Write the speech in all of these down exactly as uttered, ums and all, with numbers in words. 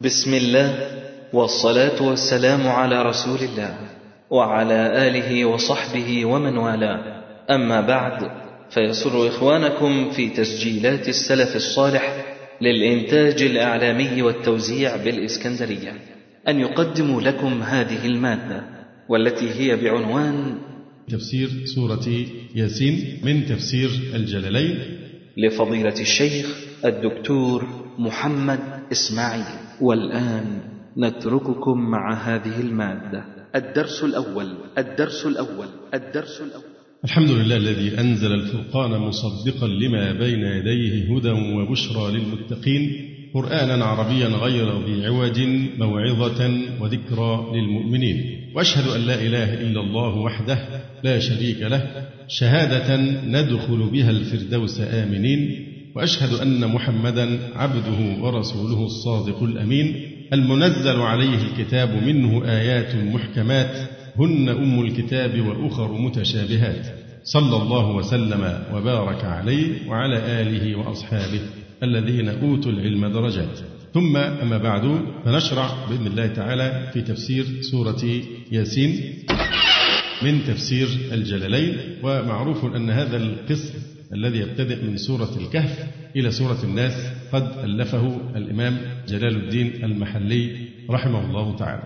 بسم الله والصلاة والسلام على رسول الله وعلى آله وصحبه ومن والاه، أما بعد، فيسر إخوانكم في تسجيلات السلف الصالح للإنتاج الإعلامي والتوزيع بالإسكندرية أن يقدموا لكم هذه المادة، والتي هي بعنوان تفسير سورة ياسين من تفسير الجلالين لفضيلة الشيخ الدكتور محمد إسماعيل. والآن نترككم مع هذه المادة. الدرس الأول الدرس الأول الدرس الأول الحمد لله الذي أنزل الفرقان مصدقا لما بين يديه هدى وبشرى للمتقين، قرآنا عربيا غير ذي عوج، موعظة وذكرى للمؤمنين. وأشهد أن لا إله إلا الله وحده لا شريك له شهادة ندخل بها الفردوس آمنين. وأشهد أن محمدا عبده ورسوله الصادق الأمين، المنزل عليه الكتاب منه آيات محكمات هن أم الكتاب وأخر متشابهات، صلى الله وسلم وبارك عليه وعلى آله وأصحابه الذين أوتوا العلم درجات. ثم أما بعد، فنشرع بإذن الله تعالى في تفسير سورة ياسين من تفسير الجلالين. ومعروف أن هذا القسم الذي يبتدئ من سورة الكهف إلى سورة الناس قد ألفه الإمام جلال الدين المحلي رحمه الله تعالى.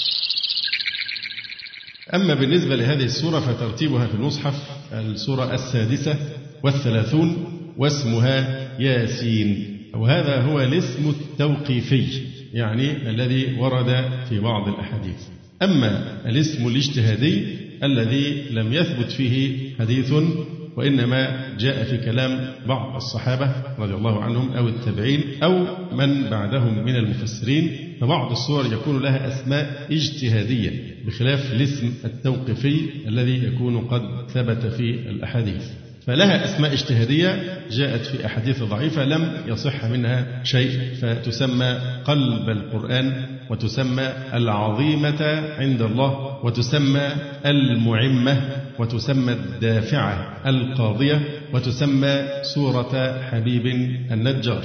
أما بالنسبة لهذه السورة فترتيبها في المصحف السورة السادسة والثلاثون واسمها ياسين، وهذا هو الاسم التوقيفي، يعني الذي ورد في بعض الأحاديث. أما الاسم الاجتهادي الذي لم يثبت فيه حديث وإنما جاء في كلام بعض الصحابة رضي الله عنهم أو التابعين أو من بعدهم من المفسرين، فبعض السور يكون لها أسماء اجتهادية بخلاف الاسم التوقيفي الذي يكون قد ثبت في الأحاديث. فلها أسماء اجتهادية جاءت في أحاديث ضعيفة لم يصح منها شيء، فتسمى قلب القرآن، وتسمى العظيمة عند الله، وتسمى المعمة، وتسمى الدافعة القاضية، وتسمى سورة حبيب النجار.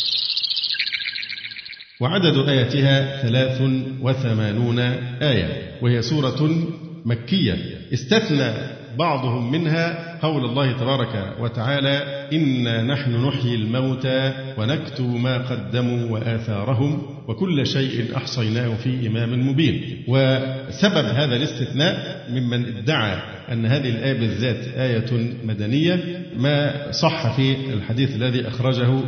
وعدد آياتها ثلاث وثمانون آية، وهي سورة مكية. استثنى بعضهم منها قول الله تبارك وتعالى: إنا نحن نحيي الموتى ونكتب ما قدموا وآثارهم وكل شيء أحصيناه في إمام مبين. وسبب هذا الاستثناء ممن ادعى أن هذه الآية بالذات آية مدنية ما صح في الحديث الذي أخرجه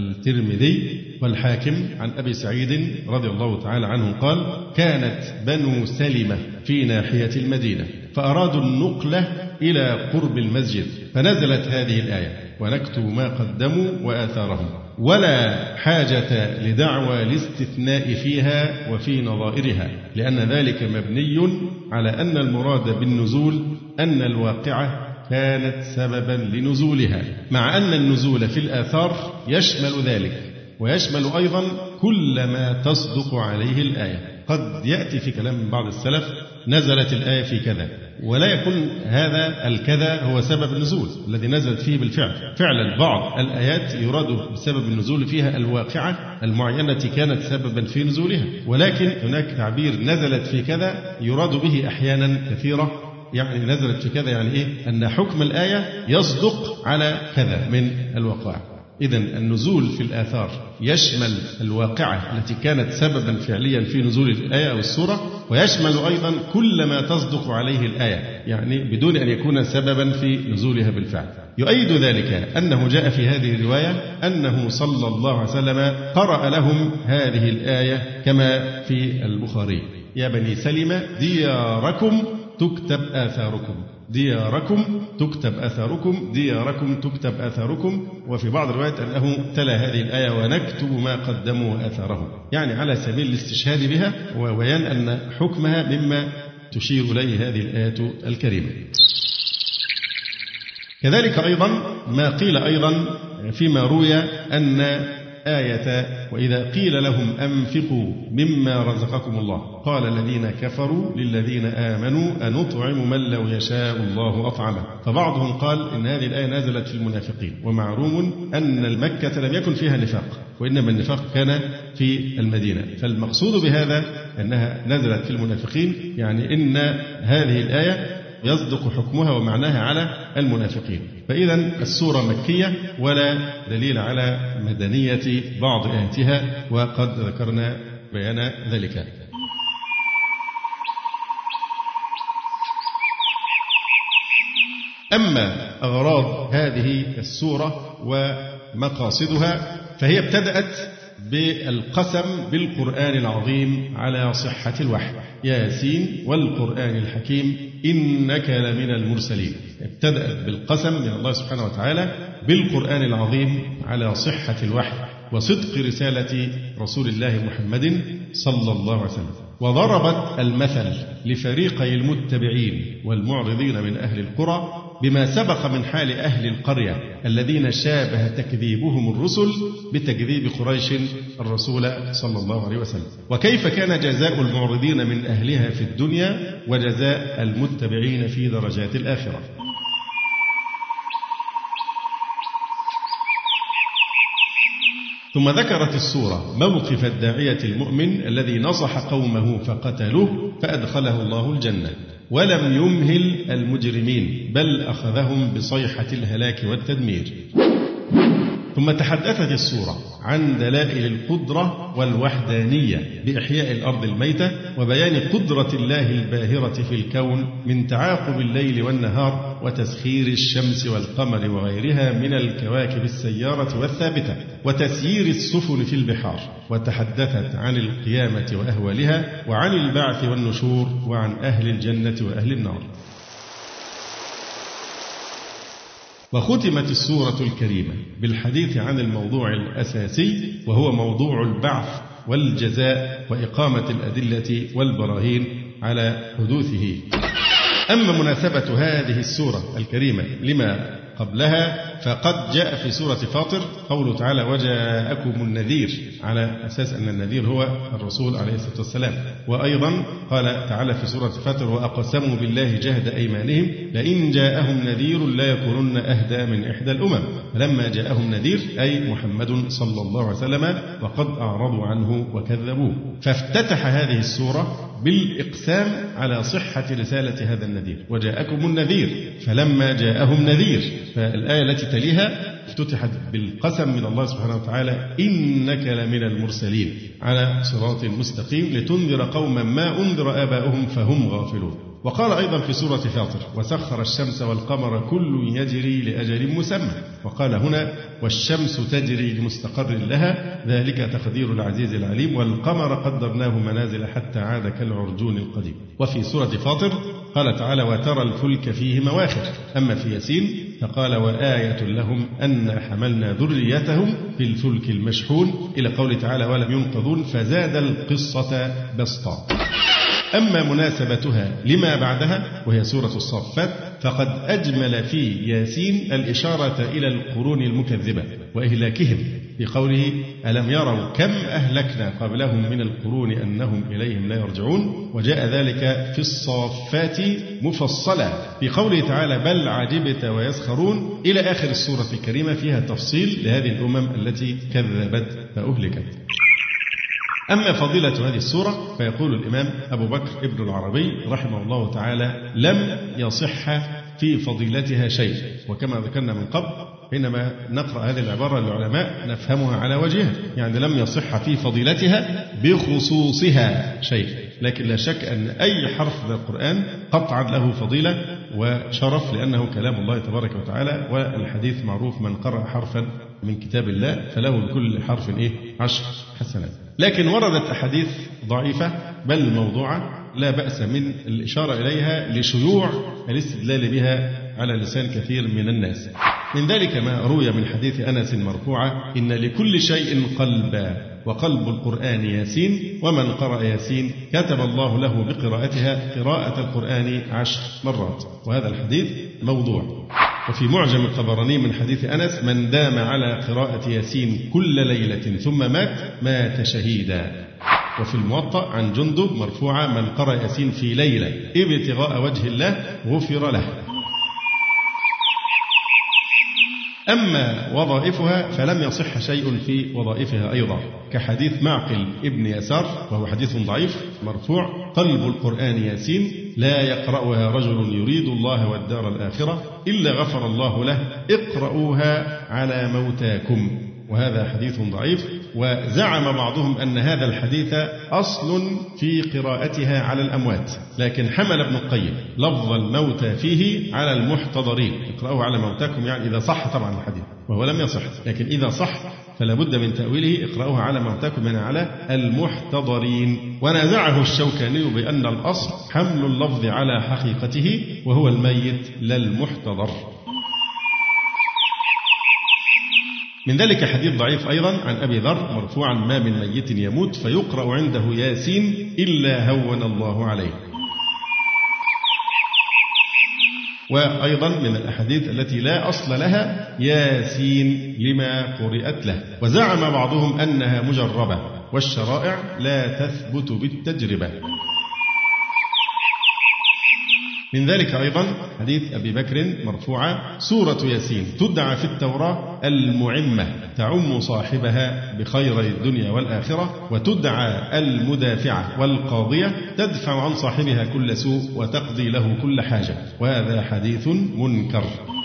الترمذي والحاكم عن أبي سعيد رضي الله تعالى عنه قال: كانت بنو سلمة في ناحية المدينة فأرادوا النقلة إلى قرب المسجد، فنزلت هذه الآية: ونكتب ما قدموا وآثارهم. ولا حاجة لدعوى الاستثناء فيها وفي نظائرها، لأن ذلك مبني على أن المراد بالنزول أن الواقعة كانت سببا لنزولها، مع أن النزول في الآثار يشمل ذلك، ويشمل أيضا كل ما تصدق عليه الآية. قد يأتي في كلام بعض السلف: نزلت الآية في كذا، ولا يكون هذا الكذا هو سبب النزول الذي نزلت فيه بالفعل. فعلا بعض الآيات يراد بسبب النزول فيها الواقعة المعينة كانت سببا في نزولها، ولكن هناك تعبير نزلت في كذا يراد به أحيانا كثيرة، يعني نزلت في كذا يعني إيه؟ أن حكم الآية يصدق على كذا من الوقائع. إذن النزول في الآثار يشمل الواقعة التي كانت سببا فعليا في نزول الآية أو السورة، ويشمل أيضا كل ما تصدق عليه الآية، يعني بدون أن يكون سببا في نزولها بالفعل. يؤيد ذلك أنه جاء في هذه الرواية أنه صلى الله عليه وسلم قرأ لهم هذه الآية كما في البخاري: يا بني سلمة دياركم تكتب آثاركم، دياركم تكتب آثاركم، دياركم تكتب آثاركم. وفي بعض الروايات أنه تلا هذه الآية: ونكتب ما قدموا وآثارهم، يعني على سبيل الاستشهاد بها وبيان أن حكمها مما تشير إليه هذه الآية الكريمة. كذلك أيضا ما قيل أيضا فيما روي أن آية وإذا قيل لهم أنفقوا مما رزقكم الله قال الذين كفروا للذين آمنوا أنطعم من لو يشاء الله أطعمه. فبعضهم قال إن هذه الآية نزلت في المنافقين، ومعلوم أن المكة لم يكن فيها نفاق، وإنما النفاق كان في المدينة. فالمقصود بهذا أنها نزلت في المنافقين، يعني إن هذه الآية يصدق حكمها ومعناها على المنافقين. فإذا السورة مكية ولا دليل على مدنية بعض آياتها، وقد ذكرنا بيان ذلك. أما أغراض هذه السورة ومقاصدها فهي ابتدأت بالقسم بالقرآن العظيم على صحة الوحي، ياسين والقرآن الحكيم إنك لمن المرسلين. ابتدأت بالقسم من الله سبحانه وتعالى بالقرآن العظيم على صحة الوحي وصدق رسالة رسول الله محمد صلى الله عليه وسلم، وضربت المثل لفريقي المتبعين والمعرضين من أهل القرى بما سبق من حال أهل القرية الذين شابه تكذيبهم الرسل بتكذيب قريش الرسول صلى الله عليه وسلم، وكيف كان جزاء المعرضين من أهلها في الدنيا وجزاء المتبعين في درجات الآخرة. ثم ذكرت السورة موقف الداعية المؤمن الذي نصح قومه فقتلوه فأدخله الله الجنة، ولم يمهل المجرمين بل أخذهم بصيحة الهلاك والتدمير. ثم تحدثت السورة عن دلائل القدرة والوحدانية بإحياء الأرض الميتة وبيان قدرة الله الباهرة في الكون من تعاقب الليل والنهار وتسخير الشمس والقمر وغيرها من الكواكب السيارة والثابتة وتسيير السفن في البحار. وتحدثت عن القيامة وأهوالها وعن البعث والنشور وعن أهل الجنة وأهل النار. وختمت السورة الكريمة بالحديث عن الموضوع الأساسي وهو موضوع البعث والجزاء وإقامة الأدلة والبراهين على حدوثه. أما مناسبة هذه السورة الكريمة لما قبلها فقد جاء في سورة فاطر قوله تعالى وجاءكم النذير، على أساس أن النذير هو الرسول عليه الصلاة والسلام. وأيضا قال تعالى في سورة فاطر وأقسموا بالله جهد أيمانهم لئن جاءهم نذير لا يكونن أهدى من إحدى الأمم، فلما جاءهم نذير أي محمد صلى الله عليه وسلم وقد أعرضوا عنه وكذبوه. فافتتح هذه السورة بالإقسام على صحة رسالة هذا النذير، وجاءكم النذير فلما جاءهم نذير. فالآية التي تليها افتتحت بالقسم من الله سبحانه وتعالى إنك لمن المرسلين على صراط مستقيم لتنذر قوما ما أنذر آباؤهم فهم غافلون. وقال أيضا في سورة فاطر وسخر الشمس والقمر كل يجري لأجل مسمى، وقال هنا والشمس تجري لمستقر لها ذلك تقدير العزيز العليم والقمر قدرناه منازل حتى عاد كالعرجون القديم. وفي سورة فاطر قال تعالى وترى الفلك فيه مواخر. أما في ياسين فقال وآية لهم أن حملنا ذريتهم في الفلك المشحون إلى قول تعالى ولم ينقضون فزاد القصة بسطا. أما مناسبتها لما بعدها وهي سورة الصافات فقد أجمل في ياسين الإشارة إلى القرون المكذبة وإهلاكهم بقوله ألم يروا كم أهلكنا قبلهم من القرون أنهم إليهم لا يرجعون، وجاء ذلك في الصافات مفصلا بقوله تعالى بل عجبت ويسخرون إلى آخر السورة الكريمة فيها تفصيل لهذه الأمم التي كذبت فأهلكت. أما فضيلة هذه السورة فيقول الإمام أبو بكر ابن العربي رحمه الله تعالى لم يصح في فضيلتها شيء. وكما ذكرنا من قبل حينما نقرأ هذه العبارة للعلماء نفهمها على وجهها، يعني لم يصح في فضيلتها بخصوصها شيء، لكن لا شك أن أي حرف من القرآن قطعا له فضيلة وشرف لأنه كلام الله تبارك وتعالى، والحديث معروف من قرأ حرفا من كتاب الله فله بكل حرف إيه عشر حسنات. لكن وردت أحاديث ضعيفة بل موضوعة لا بأس من الإشارة إليها لشيوع الاستدلال بها على لسان كثير من الناس. من ذلك ما روي من حديث أنس مرفوعة إن لكل شيء قلبا وقلب القرآن ياسين ومن قرأ ياسين كتب الله له بقراءتها قراءة القرآن عشر مرات، وهذا الحديث موضوع. وفي معجم الطبراني من حديث أنس: من دام على قراءة ياسين كل ليلة ثم مات مات شهيدا. وفي الموطأ عن جندب مرفوعة: من قرأ ياسين في ليلة ابتغاء وجه الله غفر له. أما وظائفها فلم يصح شيء في وظائفها أيضا، كحديث معقل ابن يسار وهو حديث ضعيف مرفوع: قلب القرآن ياسين لا يقرأها رجل يريد الله والدار الآخرة إلا غفر الله له، اقرؤوها على موتاكم. وهذا حديث ضعيف. وزعم بعضهم أن هذا الحديث أصل في قراءتها على الأموات، لكن حمل ابن القيم لفظ الموتى فيه على المحتضرين، اقرأوه على موتاكم، يعني إذا صح طبعا الحديث، وهو لم يصح، لكن إذا صح فلا بد من تأويله: اقرأوها على موتاكم من على المحتضرين. ونازعه الشوكاني بأن الأصل حمل اللفظ على حقيقته وهو الميت لا المحتضر. من ذلك حديث ضعيف أيضا عن أبي ذر مرفوعا: ما من ميت يموت فيقرأ عنده ياسين إلا هون الله عليه. وأيضا من الأحاديث التي لا أصل لها ياسين لما قرئت له. وزعم بعضهم أنها مجربة، والشرائع لا تثبت بالتجربة. من ذلك أيضا حديث أبي بكر مرفوعة: سورة ياسين تدعى في التوراة المعمة، تعم صاحبها بخير الدنيا والآخرة، وتدعى المدافعة والقاضية، تدفع عن صاحبها كل سوء وتقضي له كل حاجة. وهذا حديث منكر.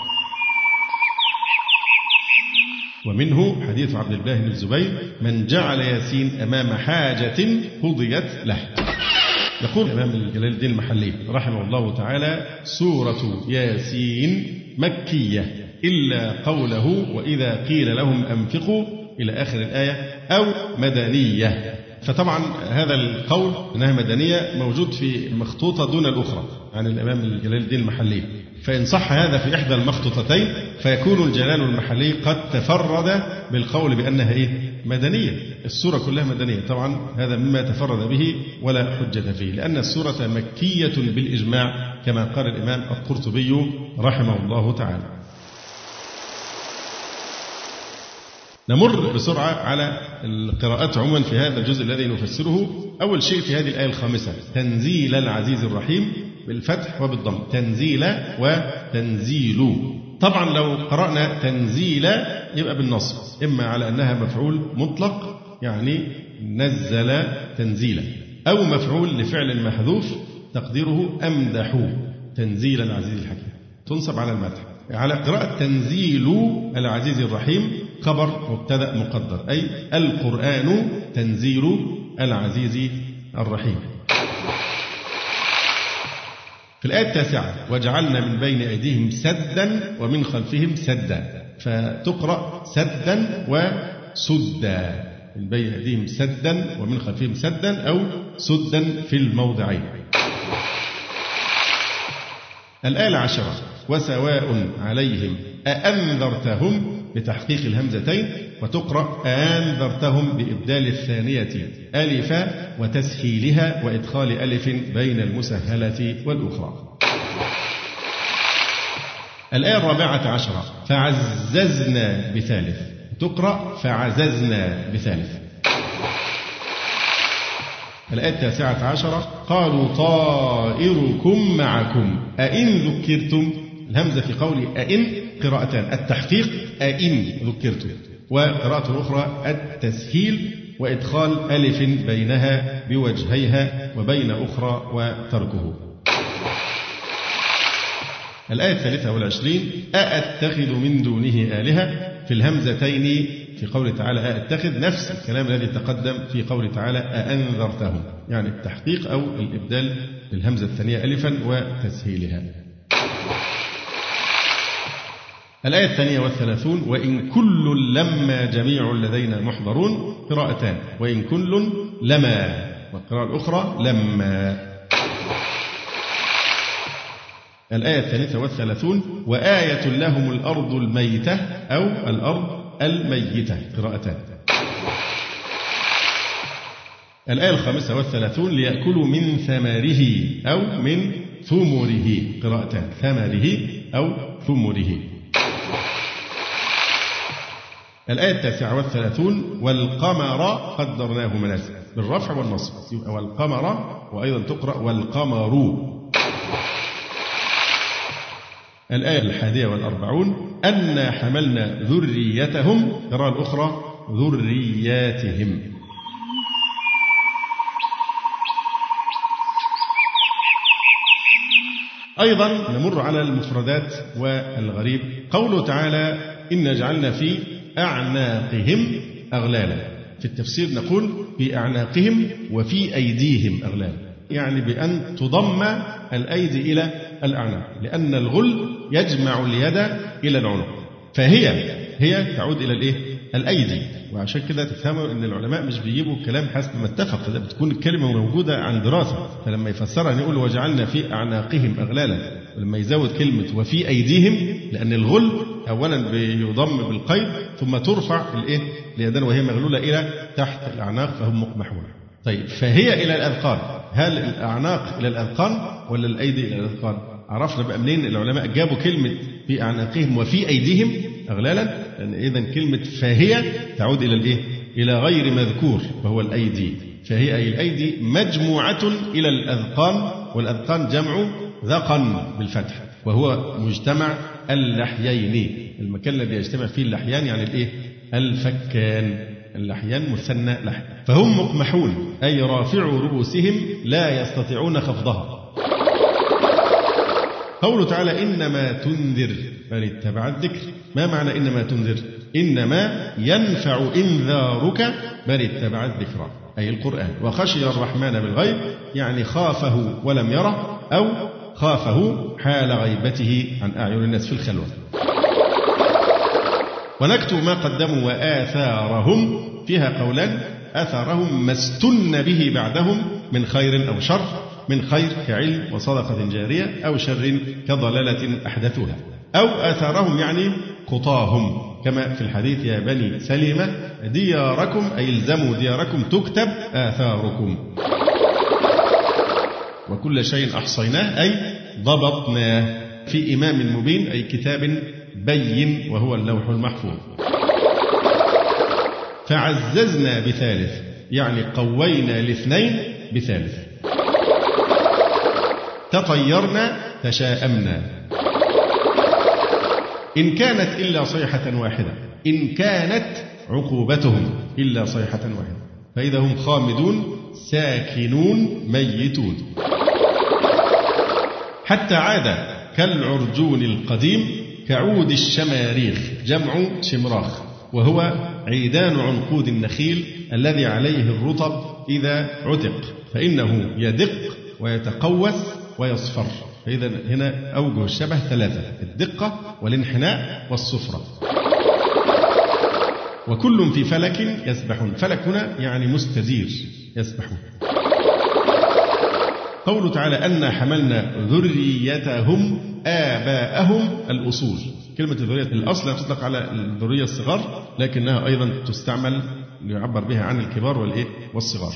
ومنه حديث عبد الله بن الزبير: من جعل ياسين أمام حاجة قضيت له. يقول الإمام جلال الدين المحلي رحمه الله تعالى: سورة ياسين مكية إلا قوله وإذا قيل لهم أنفقوا إلى آخر الآية، أو مدنية. فطبعا هذا القول أنها مدنية موجود في مخطوطة دون الأخرى عن الإمام جلال الدين المحلي، فإن صح هذا في إحدى المخطوطتين فيكون الجلال المحلي قد تفرد بالقول بأنها إيه؟ مدنية. السورة كلها مدنية، طبعا هذا مما تفرد به ولا حجة فيه، لأن السورة مكية بالإجماع كما قال الإمام القرطبي رحمه الله تعالى. نمر بسرعة على القراءات عموما في هذا الجزء الذي نفسره. أول شيء في هذه الآية الخامسة: تنزيل العزيز الرحيم بالفتح وبالضم، تنزيل وتنزيل. طبعا لو قرأنا تنزيل يبقى بالنصب، إما على أنها مفعول مطلق يعني نزل تنزيلا، أو مفعول لفعل محذوف تقديره أمدحوا تنزيل العزيز الحكيم، تنصب على المدح. على قراءة تنزيل العزيز الرحيم خبر مبتدأ مقدر، أي القرآن تنزيل العزيز الرحيم. في الآية التاسعة: وجعلنا من بين أيديهم سدا ومن خلفهم سدا، فتقرأ سدا وسدا، من بين أيديهم سدا ومن خلفهم سدا، أو سدا في الموضعين. الآية العاشرة: وسواء عليهم أأنذرتهم بتحقيق الهمزتين، وتقرأ أنذرتهم بإبدال الثانية ألفا وتسهيلها وإدخال ألف بين المسهلة والأخرى. الآية الرابعة عشرة: فعززنا بثالث، تقرأ فعززنا بثالث. الآية التاسعة عشرة: قالوا طائركم معكم أئن ذكرتم. الهمزة في قول أئن قراءتان: التحقيق أئن ذكرتم، وقراءة أخرى التسهيل وإدخال ألف بينها بوجهيها وبين أخرى وتركه. الآية الثالثة والعشرين: أأتخذ من دونه آلهة، في الهمزتين في قول تعالى أأتخذ، نفس الكلام الذي تقدم في قول تعالى أأنذرتهم، يعني التحقيق أو الإبدال بالهمزة الثانية ألفا وتسهيلها. الآية الثانية والثلاثون: وإن كل لما جميع لدينا محضرون، قراءتان: وإن كل لما، والقراءة الأخرى لما. الآية الثالثة والثلاثون: وآية لهم الأرض الميتة، أو الأرض الميتة، قراءتان. الآية الخامسة والثلاثون: ليأكلوا من ثمره، أو من ثمره، قراءتان: ثمره أو ثمره. الآية التاسعة والثلاثون والقمر قدرناه منازل بالرفع والنصب، يبقى والقمر، وأيضا تقرأ والقمر. الآية الحادية والأربعون أنا حملنا ذريتهم، قراءة الأخرى ذرياتهم. أيضا نمر على المفردات والغريب. قوله تعالى إنا جعلنا في أعناقهم أغلالا، في التفسير نقول في أعناقهم وفي أيديهم أغلالا، يعني بأن تضم الأيدي إلى الأعناق، لأن الغل يجمع اليد إلى العنق، فهي هي تعود إلى الإيه؟ الأيدي. وعشان كده تفهموا أن العلماء مش بيجيبوا كلام حسب ما اتفق، ده بتكون الكلمة موجودة عن دراسة، فلما يفسرها يقول وجعلنا في أعناقهم أغلالا، ولما يزود كلمة وفي أيديهم، لأن الغل أولا بيضم بالقيد ثم ترفع الإيه؟ اليدان وهي مغلولة إلى تحت الأعناق فهم مقمحون. طيب فهي إلى الأذقان، هل الأعناق إلى الأذقان ولا الأيدي إلى الأذقان؟ عرفنا بقى منين العلماء جابوا كلمة في أعناقهم وفي أيديهم أغلالا؟ لأن إذا كلمة فهي تعود إلى الإيه؟ إلى غير مذكور وهو الأيدي، فهي أي الأيدي مجموعة إلى الأذقان، والأذقان جمع ذقن بالفتح، وهو مجتمع اللحيين، المكان الذي يجتمع فيه اللحيان يعني الإيه؟ الفكان، اللحيان مثنى لحي. فهم مقمحون أي رافعوا رؤوسهم لا يستطيعون خفضها. قوله تعالى إنما تنذر من اتبع الذكر، ما معنى إنما تنذر؟ إنما ينفع إنذارك من اتبع الذكر أي القرآن، وخشي الرحمن بالغيب يعني خافه ولم يره، أو خافه حال غيبته عن أعين الناس في الخلوة. ونكتب ما قدموا وآثارهم، فيها قولان، آثارهم ما استن به بعدهم من خير أو شر، من خير كعلم وصدقة جارية، أو شر كضلالة أحدثوها، أو آثارهم يعني خطاهم، كما في الحديث يا بني سلمة دياركم أي الزموا دياركم تكتب آثاركم. وكل شيء أحصيناه أي ضبطناه في إمام مبين أي كتاب بين وهو اللوح المحفوظ. فعززنا بثالث يعني قوينا الاثنين بثالث. تطيرنا تشاءمنا. إن كانت إلا صيحة واحدة، إن كانت عقوبتهم إلا صيحة واحدة، فإذا هم خامدون ساكنون ميتون. حتى عاد كالعرجون القديم كعود الشماريخ، جمع شمراخ، وهو عيدان عنقود النخيل الذي عليه الرطب إذا عتق، فإنه يدق ويتقوس ويصفر. فإذا هنا أوجه الشبه ثلاثة: الدقة والانحناء والصفرة. وكل في فلك يسبحون، فلك هنا يعني مستدير يسبحون. قوله تعالى أنا حملنا ذريتهم آباءهم الأصول، كلمة الذرية الأصل تطلق على الذرية الصغار، لكنها أيضا تستعمل ليعبر بها عن الكبار والإيه والصغار.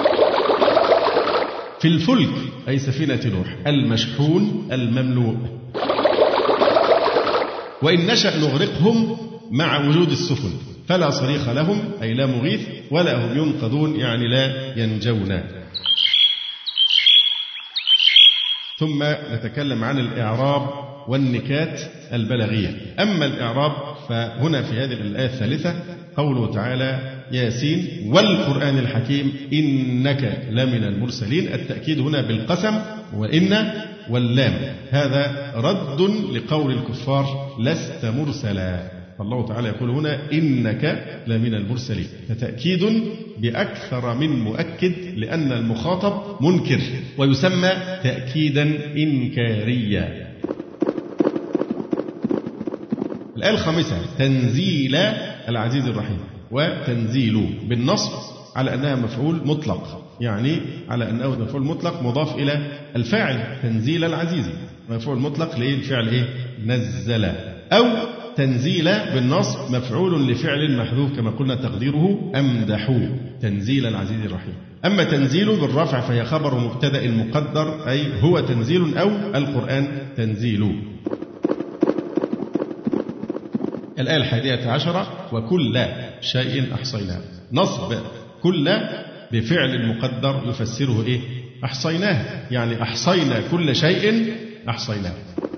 في الفلك أي سفينة نوح المشحون المملوء. وإن نشأ نغرقهم مع وجود السفن فلا صريخ لهم أي لا مغيث، ولا هم ينقذون يعني لا ينجون. ثم نتكلم عن الإعراب والنكات البلاغية. أما الإعراب فهنا في هذه الآية الثالثة قوله تعالى ياسين والقرآن الحكيم إنك لمن المرسلين، التأكيد هنا بالقسم وإن واللام، هذا رد لقول الكفار لست مرسلا، فالله تعالى يقول هنا إنك لمن المرسلين، فتأكيد بأكثر من مؤكد لأن المخاطب منكر، ويسمى تأكيدا إنكاريا. الآية الخامسة تنزيل العزيز الرحيم، وتنزيل بالنصب على أنها مفعول مطلق، يعني على أنه مفعول مطلق مضاف إلى الفاعل تنزيل العزيز، مفعول مطلق للفعل إيه نزل، أو تنزيل بالنصب مفعول لفعل محذوف كما قلنا تقديره أمدحوا تنزيل العزيز الرحيم. أما تنزيل بالرفع فهي خبر مبتدأ مقدر أي هو تنزيل أو القرآن تنزيل. الآية الحادية عشرة وكل شيء أحصيناه. نصب كل بفعل مقدر يفسره إيه؟ أحصيناه، يعني أحصينا كل شيء أحصيناه.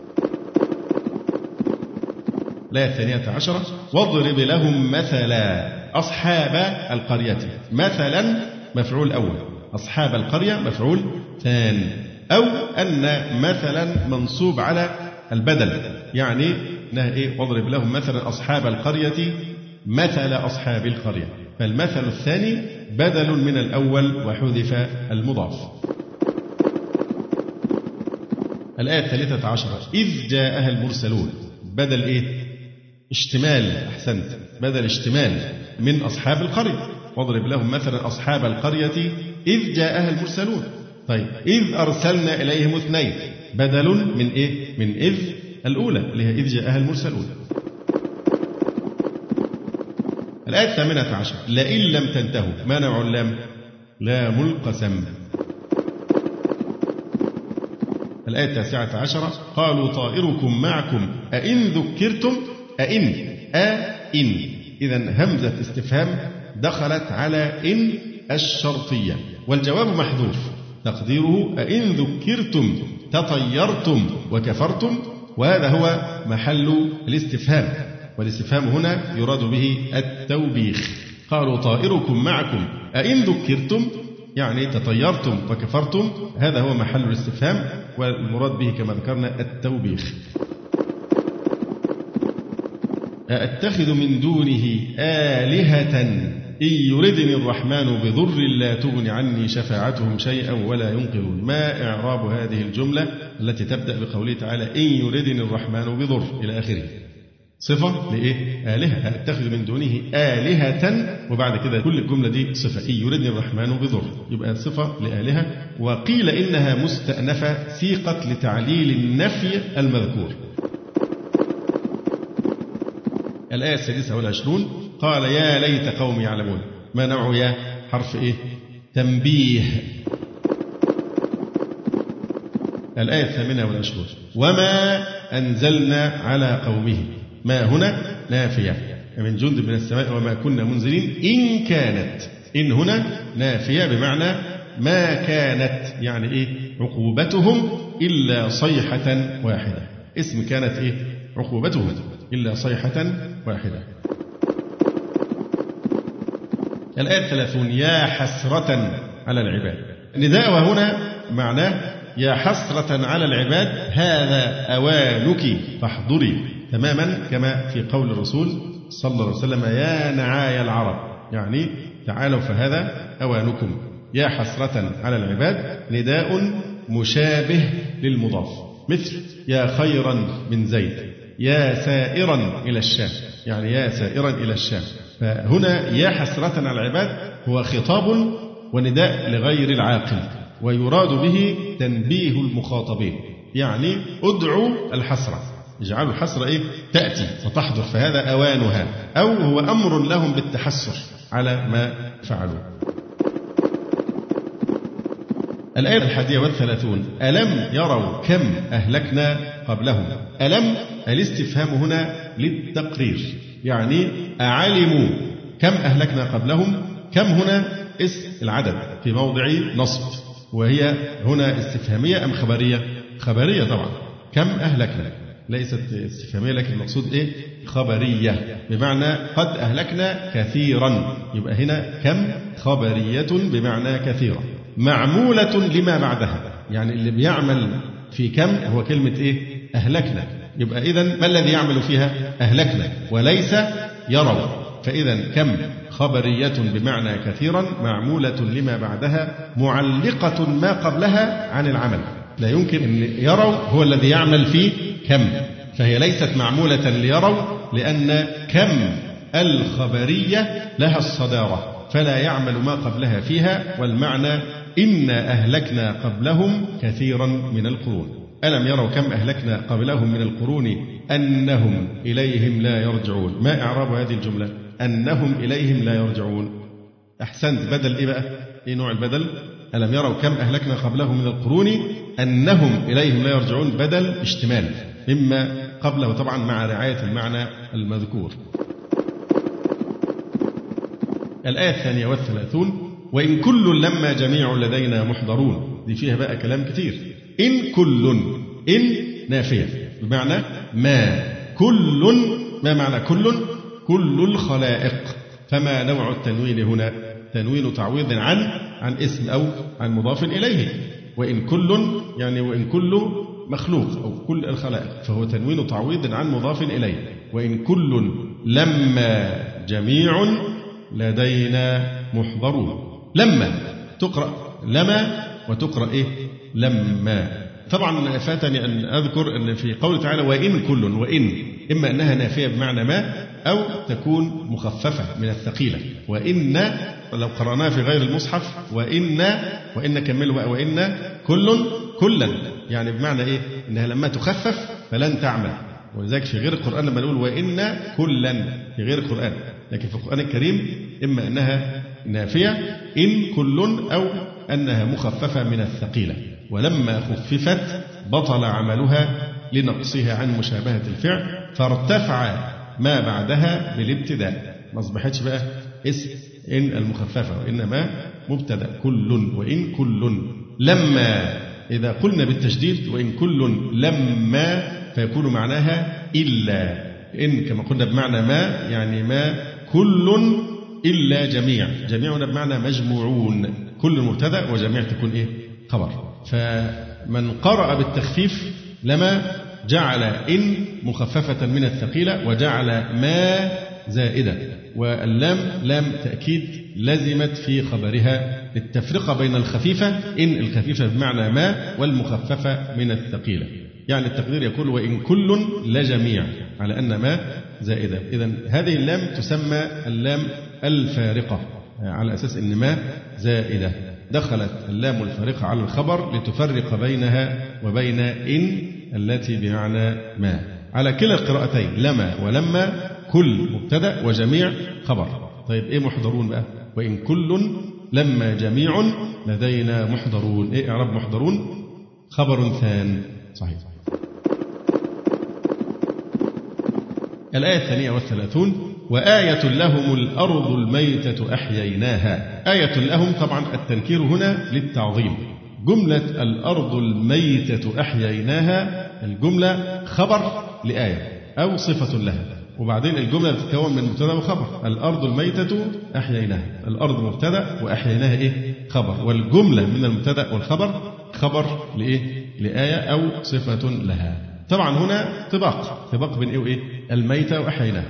الآية الثانية عشرة واضرب لهم مثلا أصحاب القرية. مثلا مفعول أول، أصحاب القرية مفعول ثاني، أو أن مثلا منصوب على البدل، يعني إيه؟ واضرب لهم مثلا أصحاب القرية مثل أصحاب القرية، فالمثل الثاني بدل من الأول وحذف المضاف. الآية الثالثة عشرة إذ جاءها المرسلون. بدل إيه؟ اشتمال. أحسنت، بدل اشتمال من أصحاب القرية. واضرب لهم مثلا أصحاب القرية إذ جاءها المرسلون. طيب إذ أرسلنا إليهم اثنين، بدل من إيه؟ من إذ الأولى اللي هي إذ جاءها المرسلون. الآية الثامنة عشر لئن لم تنتهوا. ما نوع اللام؟ لام القسم. الآية التاسعة عشرة قالوا طائركم معكم أئن ذكرتم. أئن أئن إذا همزة استفهام دخلت على إن الشرطية، والجواب محذوف تقديره أئن ذكرتم تطيرتم وكفرتم، وهذا هو محل الاستفهام، والاستفهام هنا يراد به التوبيخ. قالوا طائركم معكم أئن ذكرتم يعني تطيرتم وكفرتم، هذا هو محل الاستفهام، والمراد به كما ذكرنا التوبيخ. أأتخذ من دونه آلهة إن يردني الرحمن بضر لا تغن عني شفاعتهم شيئا ولا ينقذون. ما إعراب هذه الجملة التي تبدأ بقوله تعالى إن يردني الرحمن بضر إلى آخره؟ صفة لإيه؟ آلهة. أتخذ من دونه آلهة، وبعد كده كل الجملة دي صفة. إن يردني الرحمن بضر يبقى صفة لآلهة. وقيل إنها مستأنفة سيقت لتعليل النفي المذكور. الآية السادسة والعشرون قال يا ليت قوم يعلمون. ما نوع يا؟ حرف إيه؟ تنبيه. الآية الثامنة والعشرون وما أنزلنا على قومه. ما هنا نافية من جند من السماء وما كنا منزلين. إن كانت، إن هنا نافية بمعنى ما كانت، يعني إيه؟ عقوبتهم إلا صيحة واحدة. اسم كانت إيه؟ عقوبتهم إلا صيحة واحدة. الآية الثلاثون يا حسرة على العباد. نداء وهنا معناه يا حسرة على العباد هذا أوانك فاحضري، تماما كما في قول الرسول صلى الله عليه وسلم يا نعاي العرب، يعني تعالوا فهذا أوانكم. يا حسرة على العباد نداء مشابه للمضاف، مثل يا خيرا من زيد، يا سائرا إلى الشام، يعني يا سائرا إلى الشام. فهنا يا حسرة على العباد هو خطاب ونداء لغير العاقل، ويراد به تنبيه المخاطبين، يعني ادعوا الحسرة، اجعلوا الحسرة إيه؟ تأتي فتحضر فهذا أوانها، أو هو أمر لهم بالتحسر على ما فعلوا. الآية الحادية والثلاثون ألم يروا كم أهلكنا قبلهم. ألم الاستفهام هنا للتقرير، يعني أعلموا كم أهلكنا قبلهم. كم هنا اسم العدد في موضع نصب، وهي هنا استفهامية أم خبرية؟ خبرية طبعا. كم أهلكنا ليست استفهامية، لكن المقصود إيه؟ خبرية، بمعنى قد أهلكنا كثيرا، يبقى هنا كم خبرية بمعنى كثيرة معمولة لما بعدها، يعني اللي بيعمل في كم هو كلمة إيه؟ أهلكنا. يبقى إذن ما الذي يعمل فيها؟ أهلكنا وليس يروا. فإذا كم خبرية بمعنى كثيرا معمولة لما بعدها معلقة ما قبلها عن العمل. لا يمكن أن يروا هو الذي يعمل في كم، فهي ليست معمولة ليروا، لأن كم الخبرية لها الصدارة فلا يعمل ما قبلها فيها. والمعنى إنا أهلكنا قبلهم كثيرا من القرون. ألم يروا كم أهلكنا قبلهم من القرون أنهم إليهم لا يرجعون. ما إعراب هذه الجملة؟ أنهم إليهم لا يرجعون. أحسنت، بدل إيه بقى؟ إيه نوع البدل؟ ألم يروا كم أهلكنا قبلهم من القرون أنهم إليهم لا يرجعون، بدل اشتمال، مما قبله طبعا مع رعاية المعنى المذكور. الآية الثانية والثلاثون وإن كل لما جميع لدينا محضرون. دي فيها بقى كلام كتير. إن كل، إن نافية بمعنى ما، كل ما معنى كل؟ كل الخلائق. فما نوع التنوين هنا؟ تنوين تعويض عن عن اسم أو عن مضاف إليه. وإن كل يعني وإن كل مخلوق أو كل الخلائق، فهو تنوين تعويض عن مضاف إليه. وإن كل لما جميع لدينا محضرون. لما تقرأ لما وتقرأ إيه؟ لما. طبعا فاتني أن أذكر أن في قوله تعالى وإن كل، وإن إما أنها نافية بمعنى ما أو تكون مخففة من الثقيلة. وإن لو قرأناها في غير المصحف وإن وإن كملوا وإن كل كلا، يعني بمعنى إيه؟ إنها لما تخفف فلن تعمل. ولذلك في غير القرآن لما نقول وإن كلا في غير القرآن، لكن في القرآن الكريم إما أنها نافية إن كل أو أنها مخففة من الثقيلة. ولما خففت بطل عملها لنقصها عن مشابهة الفعل، فارتفع ما بعدها بالابتداء. ما أصبحتش بقى اسم إن المخففة، وإنما مبتدأ كل. وإن كل لما إذا قلنا بالتشديد وإن كل لما فيكون معناها إلا. إن كما قلنا بمعنى ما، يعني ما كل إلا جميع. جميعنا بمعنى مجموعون. كل مبتدأ وجميع تكون إيه؟ خبر. فمن قرأ بالتخفيف لما جعل إن مخففة من الثقيلة وجعل ما زائدة. واللام لام تأكيد لزمت في خبرها التفرقة بين الخفيفة إن الخفيفة بمعنى ما والمخففة من الثقيلة. يعني التقدير يقول وإن كل لجميع على أن ما زائدة. إذن هذه اللام تسمى اللام الفارقة على أساس أن ما زائدة. دخلت اللام الفارقة على الخبر لتفرق بينها وبين إن التي بمعنى ما. على كلا القراءتين لما ولما كل مبتدأ وجميع خبر. طيب إيه محضرون بقى؟ وإن كل لما جميع لدينا محضرون. إيه إعراب محضرون؟ خبر ثان. صحيح. الآية الثانية والثلاثون وآية لهم الأرض الميتة أحييناها. آية لهم طبعا التنكير هنا للتعظيم. جملة الأرض الميتة أحييناها الجملة خبر لآية أو صفة لها، وبعدين الجملة تتكون من مبتدأ وخبر. الأرض الميتة أحييناها، الأرض مبتدأ وأحييناها إيه؟ خبر. والجملة من المبتدأ والخبر خبر لإيه؟ لآية أو صفة لها. طبعا هنا طباق طباق بين إيه وإيه؟ الميتة وأحييناها.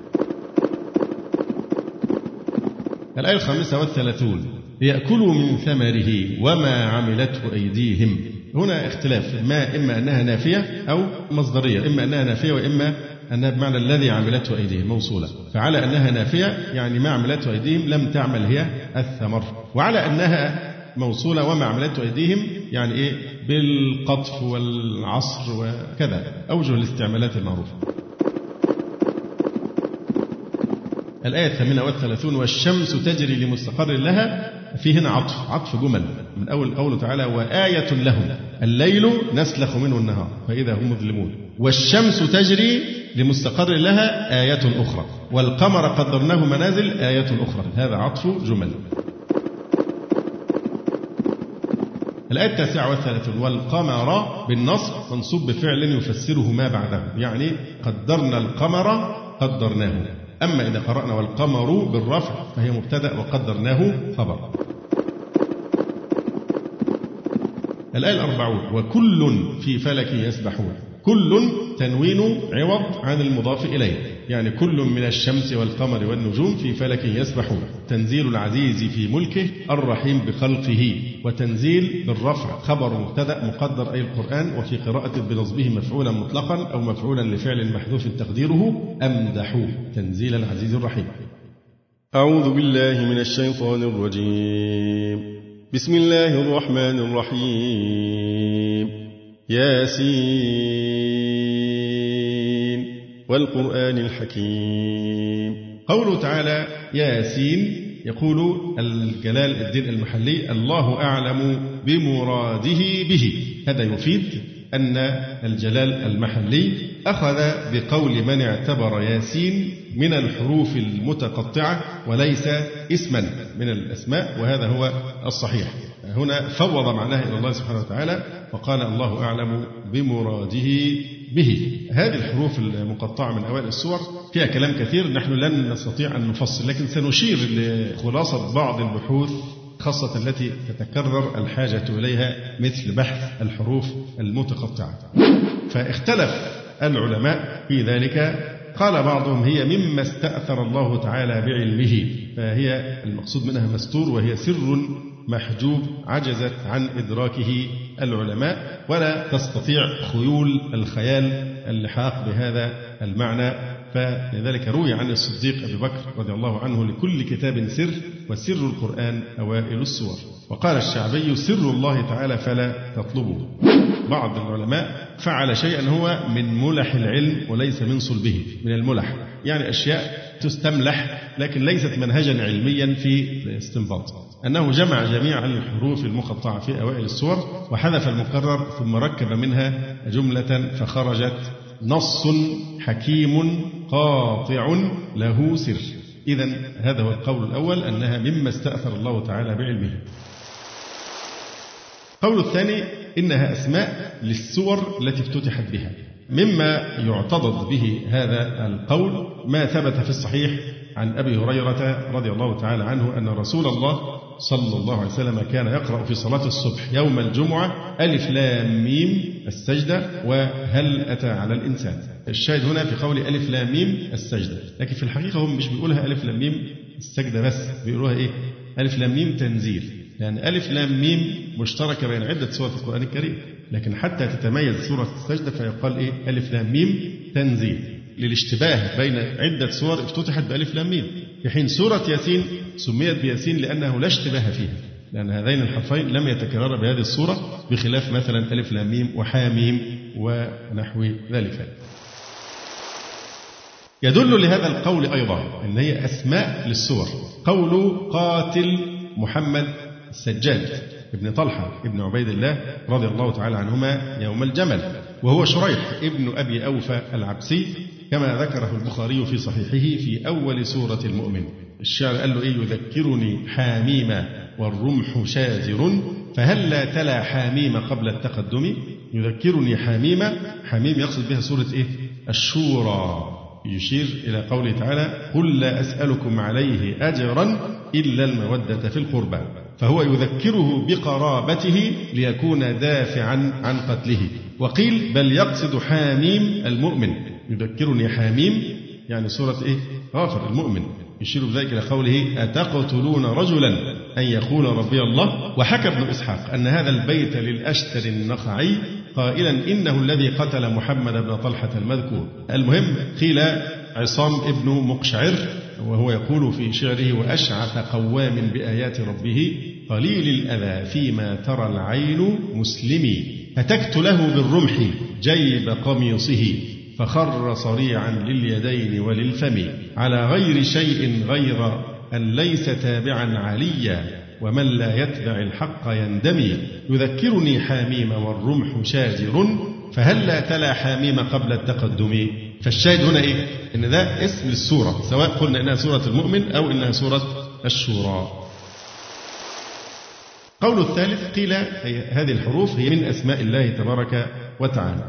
الآية الخامسة والثلاثون ليأكلوا من ثمره وما عملته أيديهم. هنا اختلاف، ما إما أنها نافية أو مصدرية، إما أنها نافية وإما أنها بمعنى الذي عملته أيديهم موصولة. فعلى أنها نافية يعني ما عملته أيديهم لم تعمل هي الثمر، وعلى أنها موصولة وما عملته أيديهم يعني إيه؟ بالقطف والعصر وكذا، أوجه الاستعمالات المعروفة. الآية الثامنة والثلاثون والشمس تجري لمستقر لها. في هنا عطف عطف جمل من أول قوله تعالى وآية لهم الليل نسلخ منه النهار فإذا هم مظلمون. والشمس تجري لمستقر لها آية أخرى. والقمر قدرناه منازل آية أخرى. هذا عطف جمل. الآية التاسعة والثلاثون والقمر بالنصب منصوب بفعل يفسره ما بعده، يعني قدرنا القمر قدرناه. أما إذا قرأنا والقمر بالرفع فهي مبتدأ وقدرناه خبر. الآية الأربعون وكل في فلك يسبحون. كل تنوين عوض عن المضاف إليه، يعني كل من الشمس والقمر والنجوم في فلك يسبحون. تنزيل العزيز في ملكه الرحيم بخلقه. وتنزيل بالرفع خبر مبتدأ مقدر أي القرآن، وفي قراءة بنصبه مفعولا مطلقا أو مفعولا لفعل محذوف تقديره أمدحوه. تنزيل العزيز الرحيم. أعوذ بالله من الشيطان الرجيم. بسم الله الرحمن الرحيم. ياسين والقرآن الحكيم. قوله تعالى ياسين يقول الجلال الدين المحلي الله أعلم بمراده به. هذا يفيد أن الجلال المحلي أخذ بقول من اعتبر ياسين من الحروف المتقطعة وليس اسما من الأسماء، وهذا هو الصحيح. هنا فوض معناها إلى الله سبحانه وتعالى وقال الله أعلم بمراده به. هذه الحروف المقطعة من أوائل السور فيها كلام كثير نحن لن نستطيع أن نفصل، لكن سنشير لخلاصة بعض البحوث خاصة التي تتكرر الحاجة إليها مثل بحث الحروف المتقطعة. فاختلف العلماء في ذلك، قال بعضهم هي مما استأثر الله تعالى بعلمه، فهي المقصود منها مستور وهي سر محجوب عجزت عن إدراكه العلماء، ولا تستطيع خيول الخيال اللحاق بهذا المعنى. فلذلك روي عن الصديق أبي بكر رضي الله عنه لكل كتاب سر، وسر القرآن أوائل السور. وقال الشعبي سر الله تعالى فلا تطلبه. بعض العلماء فعل شيئا هو من ملح العلم وليس من صلبه، من الملح يعني أشياء تستملح لكن ليست منهجا علميا في الاستنباط، أنه جمع جميع الحروف المقطعة في أوائل السور وحذف المكرر ثم ركب منها جملة فخرجت نص حكيم قاطع له سر. إذن هذا هو القول الأول، أنها مما استأثر الله تعالى بعلمه. القول الثاني إنها أسماء للسور التي افتتحت بها. مما يعتضد به هذا القول ما ثبت في الصحيح عن أبي هريرة رضي الله تعالى عنه أن رسول الله صلى الله عليه وسلم كان يقرأ في صلاة الصبح يوم الجمعة ألف لام ميم السجدة وهل أتى على الإنسان. الشاهد هنا في قول ألف لام ميم السجدة، لكن في الحقيقة هم مش بيقولها ألف لام ميم السجدة بس، بيقولوها إيه؟ ألف لام ميم تنزيل، لأن يعني ألف لام ميم مشتركة بين عدة سور في القرآن الكريم، لكن حتى تتميز سورة السجدة فيقال إيه؟ ألف لام ميم تنزيل، للاشتباه بين عدة سور افتتحت بألف لام ميم، في حين سورة ياسين سميت بياسين لأنه لا اشتباه فيها، لأن هذين الحرفين لم يتكرر بهذه الصورة، بخلاف مثلا ألف لام ميم وحاميم ونحو ذلك. يدل لهذا القول أيضا أن هي أسماء للسور قول قاتل محمد السجاد ابن طلحة ابن عبيد الله رضي الله تعالى عنهما يوم الجمل، وهو شريح ابن أبي أوفى العبسي كما ذكره البخاري في صحيحه في أول سورة المؤمن. الشاعر قال له إيه؟ يذكرني حاميم والرمح شازر فهل لا تلا حاميم قبل التقدم. يذكرني حاميم، حاميم يقصد بها سورة إيه؟ الشورى، يشير إلى قوله تعالى قل لا أسألكم عليه أجرا إلا المودة في القربى، فهو يذكره بقرابته ليكون دافعا عن قتله. وقيل بل يقصد حاميم المؤمن، يذكرني حاميم يعني سورة إيه؟ غافر المؤمن، يشير بذلك إلى قوله أتقتلون رجلا أن يقول ربي الله. وحكى ابن إسحاق أن هذا البيت للأشتر النخعي قائلا إنه الذي قتل محمد بن طلحة المذكور. المهم قيل عصام ابن مقشعر وهو يقول في شعره وأشعث قوام بآيات ربه قليل الأذى فيما ترى العين مسلمي هتكت له بالرمح جيب قميصه فخر صريعا لليدين وللفم على غير شيء غير أن ليس تابعا عليا ومن لا يتبع الحق يندمي يذكرني حاميم والرمح شاجر فهل لا تلا حاميم قبل التقدم. فالشاهد هنا إيه؟ إن ده اسم للسورة، سواء قلنا إنها سورة المؤمن أو إنها سورة الشورى. قول الثالث قيل هذه الحروف هي من أسماء الله تبارك وتعالى،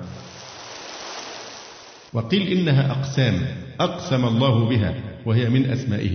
وقيل إنها أقسام أقسم الله بها وهي من أسمائه،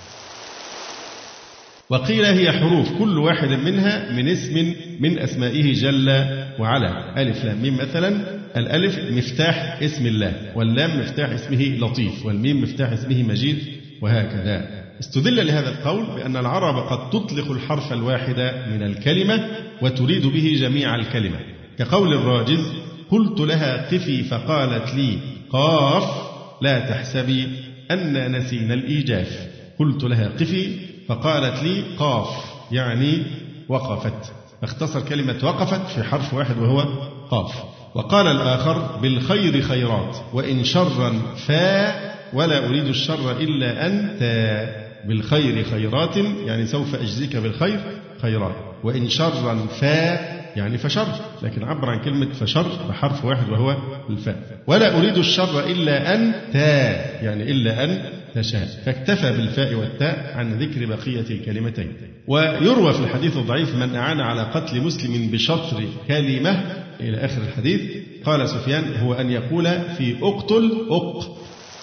وقيل هي حروف كل واحد منها من اسم من أسمائه جل وعلا. ألف لام ميم مثلا، الألف مفتاح اسم الله، واللام مفتاح اسمه لطيف، والميم مفتاح اسمه مجيد، وهكذا. استدل لهذا القول بأن العرب قد تطلق الحرف الواحد من الكلمة وتريد به جميع الكلمة، كقول الراجز قلت لها قفي فقالت لي قاف لا تحسبي أن نسينا الإيجاف. قلت لها قفي فقالت لي قاف يعني وقفت، فاختصر كلمة وقفت في حرف واحد وهو قاف. وقال الآخر بالخير خيرات وإن شرا فا ولا أريد الشر إلا أنت. بالخير خيرات يعني سوف أجزيك بالخير خيرات، وإن شرا فا يعني فشر، لكن عبر عن كلمة فشر بحرف واحد وهو الفاء. ولا أريد الشر إلا أن تا، يعني إلا أن تشاء، فاكتفى بالفاء والتاء عن ذكر بقية الكلمتين. ويروى في الحديث الضعيف: من أعان على قتل مسلم بشطر كلمة إلى آخر الحديث. قال سفيان: هو أن يقول في أقتل أق.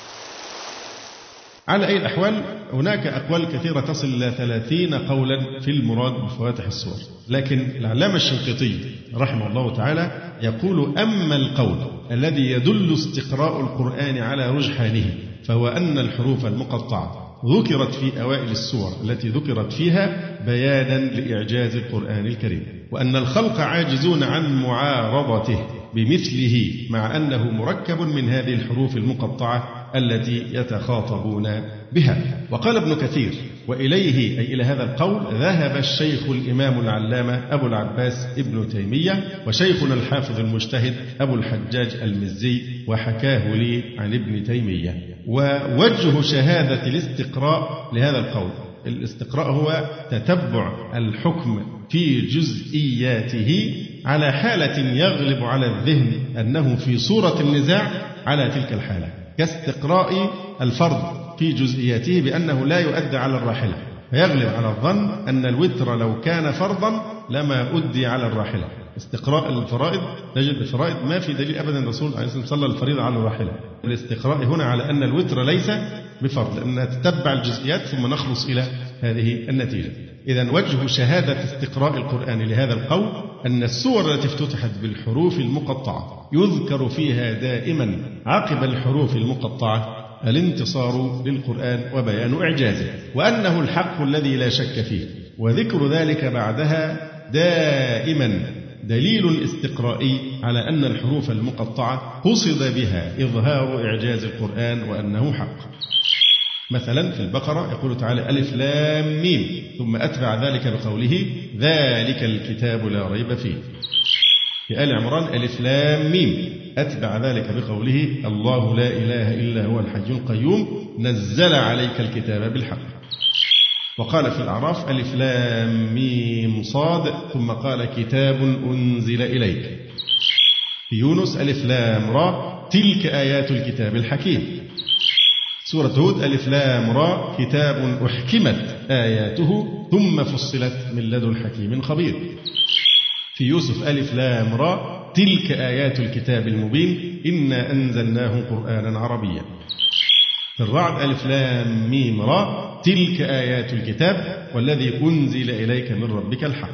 على أي الأحوال هناك أقوال كثيرة تصل إلى ثلاثين قولا في المراد بفواتح السور، لكن العلامة الشنقيطي رحمه الله تعالى يقول: أما القول الذي يدل استقراء القرآن على رجحانه فهو أن الحروف المقطعة ذكرت في أوائل السور التي ذكرت فيها بيانا لإعجاز القرآن الكريم، وأن الخلق عاجزون عن معارضته بمثله مع أنه مركب من هذه الحروف المقطعة التي يتخاطبون بها. وقال ابن كثير: وإليه أي إلى هذا القول ذهب الشيخ الإمام العلامة أبو العباس ابن تيمية، وشيخنا الحافظ المجتهد أبو الحجاج المزي، وحكاه لي عن ابن تيمية. ووجه شهادة الاستقراء لهذا القول: الاستقراء هو تتبع الحكم في جزئياته على حالة يغلب على الذهن أنه في صورة النزاع على تلك الحالة، كاستقراء الفرض في جزئياته بأنه لا يؤدى على الراحلة، فيغلب على الظن أن الوتر لو كان فرضا لما أدي على الراحلة. استقراء الفرائض نجد الفرائض ما في دليل أبدا الرسول عليه الصلاة والسلام صلى الفريضة على الراحلة. الاستقراء هنا على أن الوتر ليس بفرض، لأن نتتبع الجزئيات ثم نخلص إلى هذه النتيجة. إذن وجه شهادة استقراء القرآن لهذا القول أن السور التي افتتحت بالحروف المقطعة يذكر فيها دائما عقب الحروف المقطعة الانتصار للقرآن وبيان إعجازه، وأنه الحق الذي لا شك فيه، وذكر ذلك بعدها دائما دليل استقرائي على أن الحروف المقطعة قصد بها إظهار إعجاز القرآن وأنه حق. مثلا في البقرة يقول تعالى: ألف لام ميم، ثم أتبع ذلك بقوله: ذلك الكتاب لا ريب فيه. في آل عمران: ألف لام ميم، أتبع ذلك بقوله: الله لا إله إلا هو الحي القيوم نزل عليك الكتاب بالحق. وقال في الأعراف: ألف لام ميم صاد، ثم قال: كتاب أنزل إليك. في يونس: ألف لام را، تلك آيات الكتاب الحكيم. سورة هود: ألف لام را، كتاب أحكمت آياته ثم فصلت من لدن حكيم خبير. في يوسف: ألف لام را، تلك آيات الكتاب المبين إنا أنزلناه قرآنا عربيا. في الرعد: ألف لام ميم را، تلك آيات الكتاب والذي أنزل إليك من ربك الحق.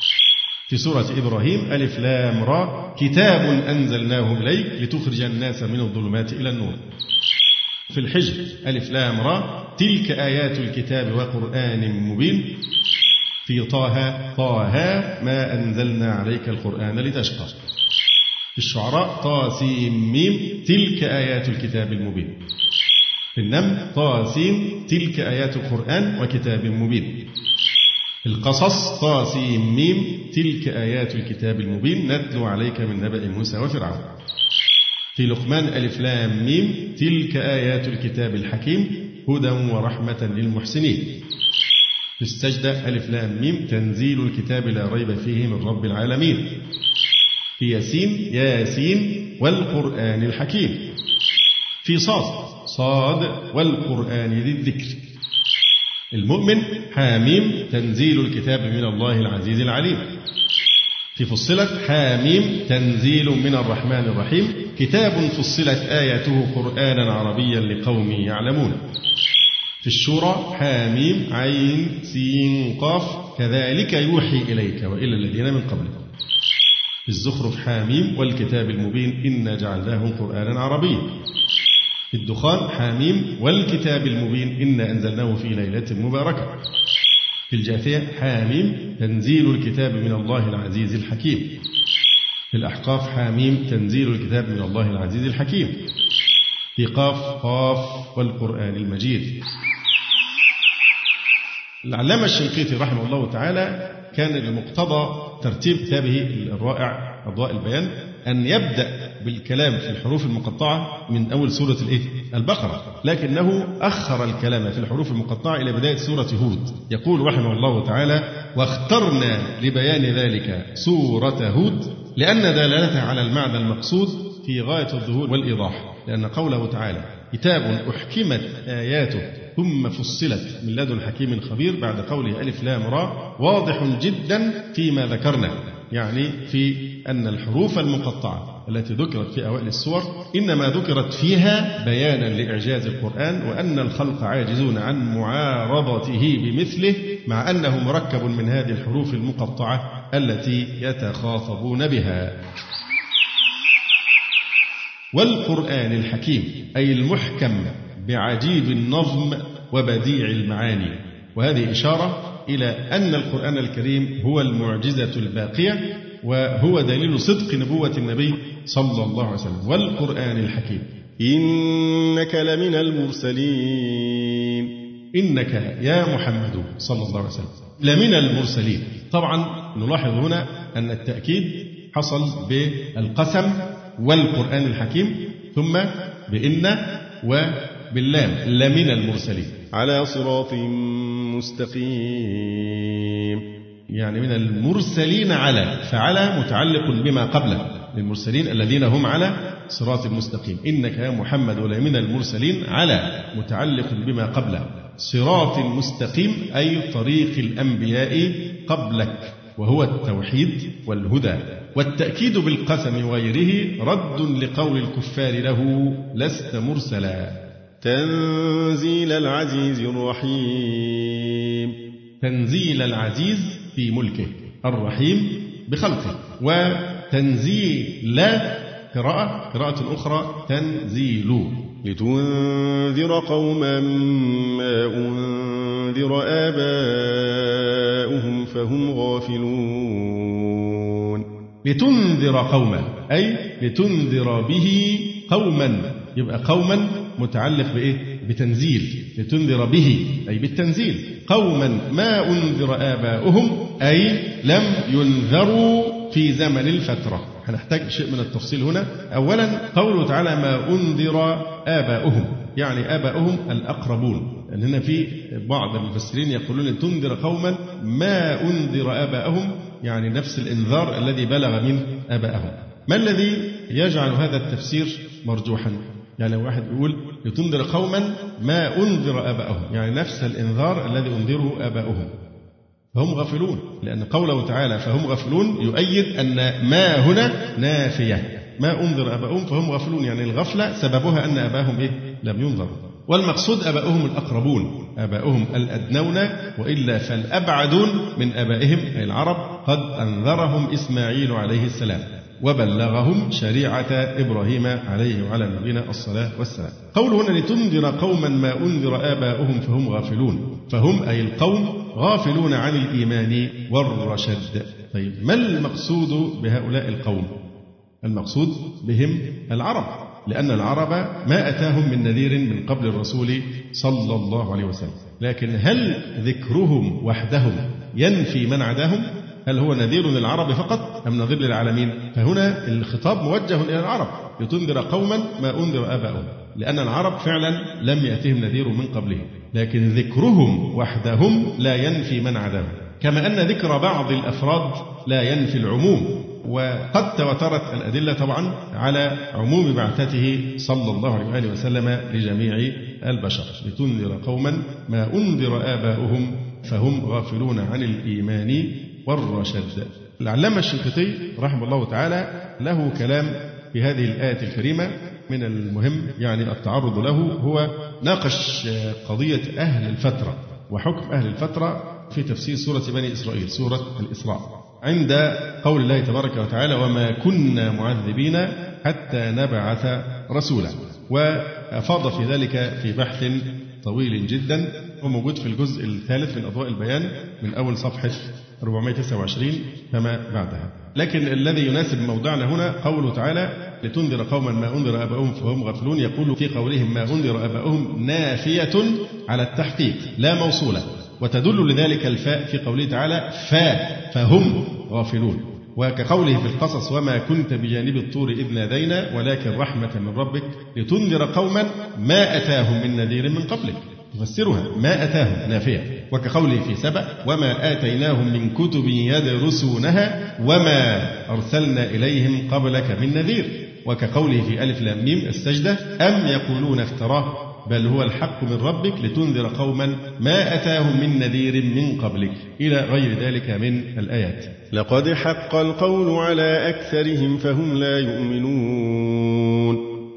في سورة إبراهيم: ألف لام را، كتاب أنزلناه إليك لتخرج الناس من الظلمات إلى النور. في الحجر: ألف لام را، تلك آيات الكتاب وقرآن مبين. في طه: طه ما أنزلنا عليك القرآن لتشقى. في الشعراء: طا سين ميم، تلك آيات الكتاب المبين. في النمل: طا سين، تلك آيات القرآن وكتاب مبين. في القصص: طا سين ميم، تلك آيات الكتاب المبين نتلو عليك من نبأ موسى وفرعون. في لقمان: ألف لام ميم، تلك آيات الكتاب الحكيم هدى ورحمة للمحسنين. في السجدة: ألف لام ميم، تنزيل الكتاب لا ريب فيه من رب العالمين. في ياسين: ياسين والقرآن الحكيم. في صاد: صاد والقرآن ذي الذكر. المؤمن: حاميم، تنزيل الكتاب من الله العزيز العليم. في فصلت: حاميم، تنزيل من الرحمن الرحيم، كتاب فصلت آياته قرآنا عربيا لقوم يعلمون. في الشورى: حاميم عين سين قاف، كذلك يوحي إليك وإلى الذين من قبلك. في الزخرف: حاميم والكتاب المبين إنا جعلناه قرآنا عربيا. في الدخان: حاميم والكتاب المبين إنا أنزلناه في ليلة مباركة. في الجاثية: حاميم، تنزيل الكتاب من الله العزيز الحكيم. في الأحقاف: حاميم، تنزيل الكتاب من الله العزيز الحكيم. في قاف: قاف والقرآن المجيد. العلامة الشنقيطي رحمه الله تعالى كان لمقتضى ترتيب كتابه الرائع أضواء البيان أن يبدأ بالكلام في الحروف المقطعة من أول سورة الإيه؟ البقرة، لكنه أخر الكلام في الحروف المقطعة إلى بداية سورة هود. يقول رحمه الله تعالى: واخترنا لبيان ذلك سورة هود لأن دلالتها على المعنى المقصود في غاية الظهور والإيضاح، لأن قوله تعالى: كتاب أحكمت آياته ثم فصلت من لدن حكيم خبير، بعد قوله ألف لام را، واضح جدا فيما ذكرنا، يعني في أن الحروف المقطعة التي ذكرت في أوائل السور إنما ذكرت فيها بيانا لإعجاز القرآن، وأن الخلق عاجزون عن معارضته بمثله، مع أنه مركب من هذه الحروف المقطعة التي يتخاطبون بها. والقرآن الحكيم أي المحكم بعجيب النظم وبديع المعاني، وهذه إشارة إلى أن القرآن الكريم هو المعجزة الباقية، وهو دليل صدق نبوة النبي صلى الله عليه وسلم. والقرآن الحكيم إنك لمن المرسلين، إنك يا محمد صلى الله عليه وسلم لمن المرسلين. طبعا نلاحظ هنا أن التأكيد حصل بالقسم والقرآن الحكيم، ثم بإن وباللام لمن المرسلين على صراط مستقيم، يعني من المرسلين على، فعلى متعلق بما قبله، للمرسلين الذين هم على صراط مستقيم. إنك يا محمد لمن المرسلين على متعلق بما قبله، صراط مستقيم أي طريق الأنبياء قبلك، وهو التوحيد والهدى. والتأكيد بالقسم وغيره رد لقول الكفار له لست مرسلا. تنزيل العزيز الرحيم، تنزيل العزيز في ملكه، الرحيم بخلقه. وتنزيل قراءة قراءة أخرى تنزيل، لتنذر قوما ما أنذر آباؤهم فهم غافلون. لتنذر قوما أي لتنذر به قوما، يبقى قوما متعلق بإيه؟ بتنزيل. لتنذر به أي بالتنزيل قوما ما أنذر آباؤهم أي لم ينذروا في زمن الفترة. هنحتاج شيء من التفصيل هنا. أولا قوله تعالى ما أنذر آباؤهم، يعني آباؤهم الأقربون، لأن هنا في بعض المفسرين يقولون تنذر قوما ما أنذر آباؤهم، يعني نفس الإنذار الذي بلغ من آبائهم. ما الذي يجعل هذا التفسير مرجوحا؟ يعني واحد يقول لتنذر قوما ما أنذر آباؤهم، يعني نفس الإنذار الذي أنذره آباؤهم، فهم غافلون، لأن قوله تعالى فهم غافلون يؤيد أن ما هنا نافية، ما أنذر آباؤهم فهم غافلون، يعني الغفلة سببها أن آباؤهم إيه؟ لم ينذروا. والمقصود آباؤهم الأقربون، آباؤهم الأدنون، وإلا فالأبعدون من آبائهم أي العرب قد أنذرهم إسماعيل عليه السلام وبلغهم شريعة إبراهيم عليه وعلى نبينا الصلاة والسلام. قوله هنا لتنذر قوما ما أنذر آباؤهم فهم غافلون، فهم أي القوم غافلون عن الإيمان والرشد. طيب ما المقصود بهؤلاء القوم؟ المقصود بهم العرب، لأن العرب ما أتاهم من نذير من قبل الرسول صلى الله عليه وسلم. لكن هل ذكرهم وحدهم ينفي من عداهم؟ هل هو نذير للعرب فقط أم نذير للعالمين؟ فهنا الخطاب موجه إلى العرب، لتنذر قوما ما أنذر آباؤهم، لأن العرب فعلا لم يأتهم نذير من قبلهم، لكن ذكرهم وحدهم لا ينفي من عداهم، كما أن ذكر بعض الأفراد لا ينفي العموم. وقد تواترت الأدلة طبعا على عموم بعثته صلى الله عليه وآله وسلم لجميع البشر. لتنذر قوما ما أنذر آباؤهم فهم غافلون عن الإيمان والرشد. العلامة الشنقيطي رحمه الله تعالى له كلام في هذه الآية الكريمة من المهم يعني التعرض له. هو ناقش قضية أهل الفترة وحكم أهل الفترة في تفسير سورة بني إسرائيل، سورة الإسراء، عند قول الله تبارك وتعالى وما كنا معذبين حتى نبعث رسولا. وأفاض في ذلك في بحث طويل جدا وموجود في الجزء الثالث من أضواء البيان من أول صفحة أربعمائة وتسعة وعشرين فما بعدها. لكن الذي يناسب موضعنا هنا قوله تعالى لتنذر قوما ما أنذر آباؤهم فهم غافلون. يقول في قولهم ما أنذر آباؤهم نافية على التحقيق لا موصولة، وتدل لذلك الفاء في قوله تعالى فا فهم غافلون، وكقوله في القصص وما كنت بجانب الطور إذ نادينا ولكن رحمة من ربك لتنذر قوما ما أتاهم من نذير من قبلك، تفسرها ما أتاهم نافية. وكقوله في سبأ وما آتيناهم من كتب يدرسونها وما أرسلنا إليهم قبلك من نذير. وكقوله في ألف لام ميم السجدة أم يقولون افتراه بل هو الحق من ربك لتنذر قوما ما أتاهم من نذير من قبلك إلى غير ذلك من الآيات. لقد حق القول على أكثرهم فهم لا يؤمنون.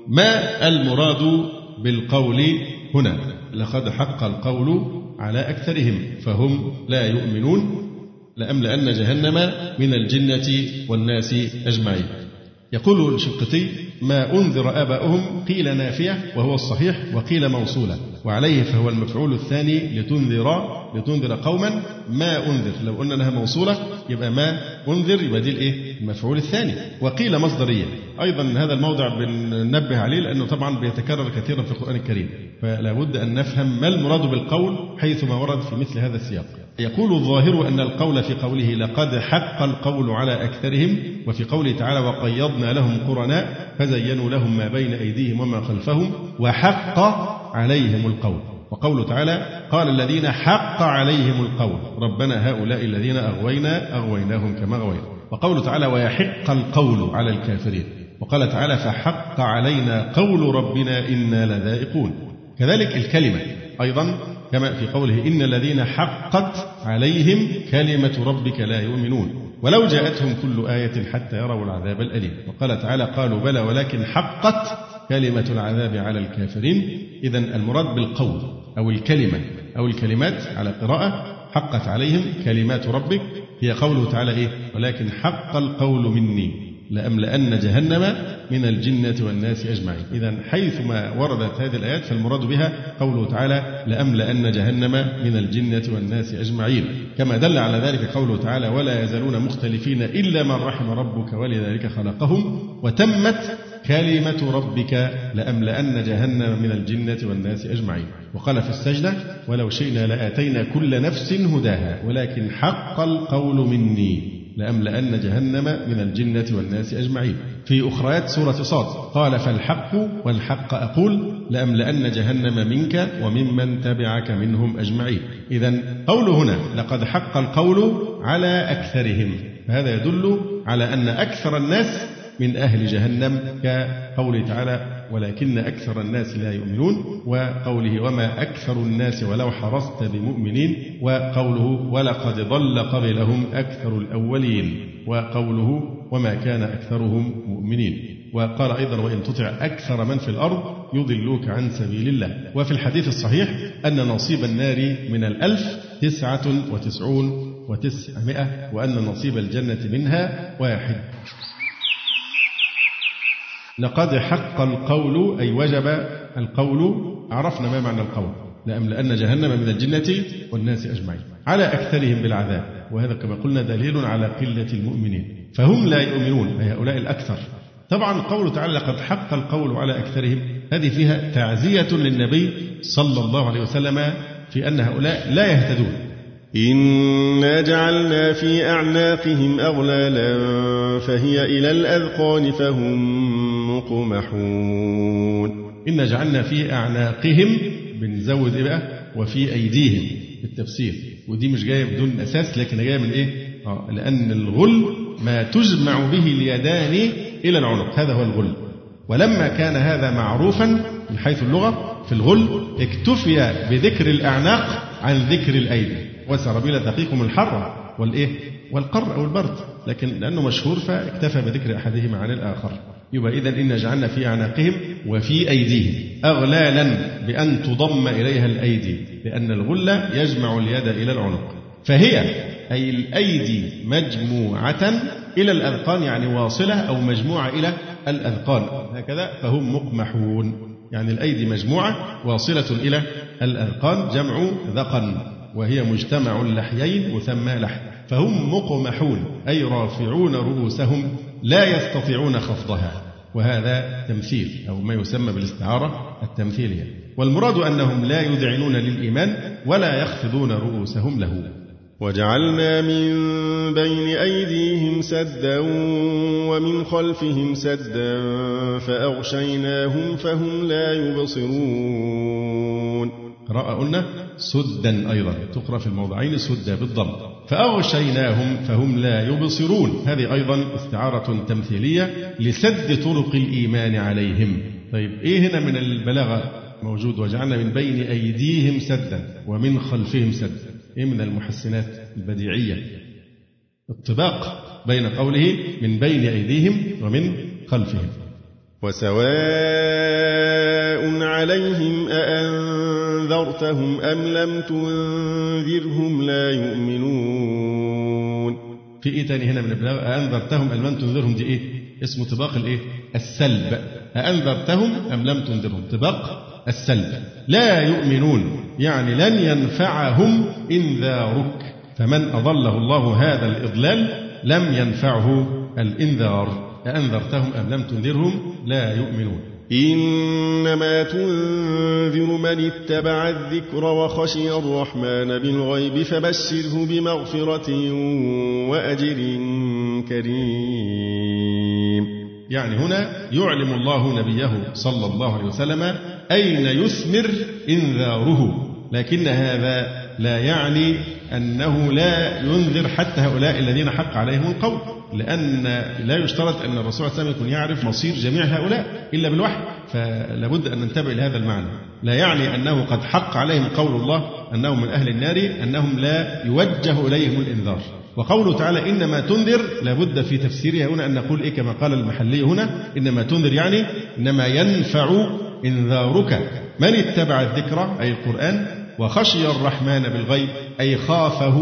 ما المراد بالقول هنا؟ لقد حق القول على أكثرهم فهم لا يؤمنون لأملأن جهنم من الجنة والناس أجمعين. يقول الشنقيطي ما أنذر آباؤهم قيل نافية وهو الصحيح وقيل موصولة وعليه فهو المفعول الثاني لتنذر لتنذر قوما ما أنذر. لو قلنا أنها موصولة يبقى ما أنذر يبقى دي الإيه؟ المفعول الثاني. وقيل مصدرية أيضا هذا الموضع بننبه عليه لأنه طبعا بيتكرر كثيرا في القرآن الكريم، فلا بد أن نفهم ما المراد بالقول حيثما ورد في مثل هذا السياق. يقول الظاهر أن القول في قوله لقد حق القول على أكثرهم، وفي قوله تعالى وقيضنا لهم قرناء فزينوا لهم ما بين أيديهم وما خلفهم وحق عليهم القول. وقوله تعالى قال الذين حق عليهم القول ربنا هؤلاء الذين أغوينا أغويناهم كما غوينا. وقوله تعالى ويحق القول على الكافرين. وقال تعالى فحق علينا قول ربنا إنا لذائقون. كذلك الكلمة أيضا كما في قوله إن الذين حقت عليهم كلمة ربك لا يؤمنون ولو جاءتهم كل آية حتى يروا العذاب الأليم. وقال تعالى قالوا بلى ولكن حقت كلمة العذاب على الكافرين. إذن المراد بالقول أو الكلمة أو الكلمات على قراءة حقت عليهم كلمات ربك هي قوله تعالى إيه ولكن حق القول مني لأملأن جهنم من الجنة والناس أجمعين. إذن حيثما وردت هذه الآيات فالمراد بها قوله تعالى لأملأن جهنم من الجنة والناس أجمعين، كما دل على ذلك قوله تعالى ولا يزالون مختلفين إلا من رحم ربك ولذلك خلقهم وتمت كلمة ربك لأملأن جهنم من الجنة والناس أجمعين. وقال في السجدة ولو شئنا لآتينا كل نفس هداها ولكن حق القول مني لأملأن جهنم من الجنة والناس أجمعين. في أخريات سورة صاد قال فالحق والحق أقول لأملأن جهنم منك وممن تبعك منهم أجمعين. إذن قول هنا لقد حق القول على أكثرهم، فهذا يدل على أن أكثر الناس من أهل جهنم كقوله تعالى ولكن أكثر الناس لا يؤمنون، وقوله وما أكثر الناس ولو حرصت بمؤمنين، وقوله ولقد ضل قبلهم أكثر الأولين، وقوله وما كان أكثرهم مؤمنين. وقال أيضا وإن تطع أكثر من في الأرض يضلوك عن سبيل الله. وفي الحديث الصحيح أن نصيب النار من الألف تسعة وتسعون وتسعمائة وأن نصيب الجنة منها واحد. لقد حق القول أي وجب القول. عرفنا ما معنى القول لأملأن جهنم من الجنة والناس أجمعين على أكثرهم بالعذاب، وهذا كما قلنا دليل على قلة المؤمنين فهم لا يؤمنون أي هؤلاء الأكثر. طبعا قوله تعالى لقد حق القول على أكثرهم هذه فيها تعزية للنبي صلى الله عليه وسلم في أن هؤلاء لا يهتدون. إنا جعلنا في أعناقهم أغلالا فهي إلى الأذقان فهم مقمحون. إنا جعلنا في أعناقهم بنزود إيه بقى وفي أيديهم التفسير، ودي مش جاية بدون أساس لكن جاية من إيه آه لأن الغل ما تجمع به اليدان إلى العنق، هذا هو الغل. ولما كان هذا معروفا من حيث اللغة في الغل اكتفي بذكر الأعناق عن ذكر الأيدي، وسرابيل تقيكم الحر والإيه والقر أو البرد، لكن لأنه مشهور فاكتفى بذكر أحدهما عن الآخر. يبقى إذن إن جعلنا في أعناقهم وفي أيديهم أغلالا بأن تضم إليها الأيدي، لأن الغل يجمع اليد إلى العنق. فهي أي الأيدي مجموعة إلى الأذقان يعني واصلة أو مجموعة إلى الأذقان هكذا فهم مقمحون، يعني الأيدي مجموعة واصلة إلى الأذقان جمع ذقن وهي مجتمع اللحيين مسمى لحي، فهم مقمحون أي رافعون رؤوسهم لا يستطيعون خفضها، وهذا تمثيل أو ما يسمى بالاستعارة التمثيلية. والمراد أنهم لا يذعنون للإيمان ولا يخفضون رؤوسهم له. وجعلنا من بين أيديهم سدا ومن خلفهم سدا فأغشيناهم فهم لا يبصرون. قراءة قلنا سدا أيضا تقرأ في الموضعين سدا بالضم. فأغشيناهم فهم لا يبصرون، هذه أيضا استعارة تمثيلية لسد طرق الإيمان عليهم. طيب إيه هنا من البلاغة موجود وجعلنا من بين أيديهم سدا ومن خلفهم سدا؟ إيه من المحسنات البديعية؟ الطباق بين قوله من بين أيديهم ومن خلفهم. وسواء عليهم أأنذرتهم أم لم تنذرهم لا يؤمنون. في إيه تاني هنا من البلاغة؟ أأنذرتهم أم لم تنذرهم، دي إيه؟ اسمه طباق الإيه؟ السلب. أأنذرتهم أم لم تنذرهم، طباق السلب. لا يؤمنون يعني لن ينفعهم إنذارك، فمن أضله الله هذا الإضلال لم ينفعه الإنذار. أأنذرتهم أم لم تنذرهم لا يؤمنون. إنما تنذر من اتبع الذكر وخشي الرحمن بالغيب فبشره بمغفرة وأجر كريم. يعني هنا يعلم الله نبيه صلى الله عليه وسلم أين يثمر إنذاره، لكن هذا لا يعني أنه لا ينذر حتى هؤلاء الذين حق عليهم القول، لأن لا يشترط أن الرسول صلى الله عليه وسلم يكون يعرف مصير جميع هؤلاء إلا بالوحي، فلابد أن ننتبه لهذا المعنى. لا يعني أنه قد حق عليهم قول الله أنهم من أهل النار أنهم لا يوجه إليهم الإنذار. وقوله تعالى إنما تنذر لابد في تفسيرها هنا أن نقول إيه كما قال المحلي هنا، إنما تنذر يعني إنما ينفع إنذارك من اتبع الذكر أي القرآن وخشي الرحمن بالغيب أي خافه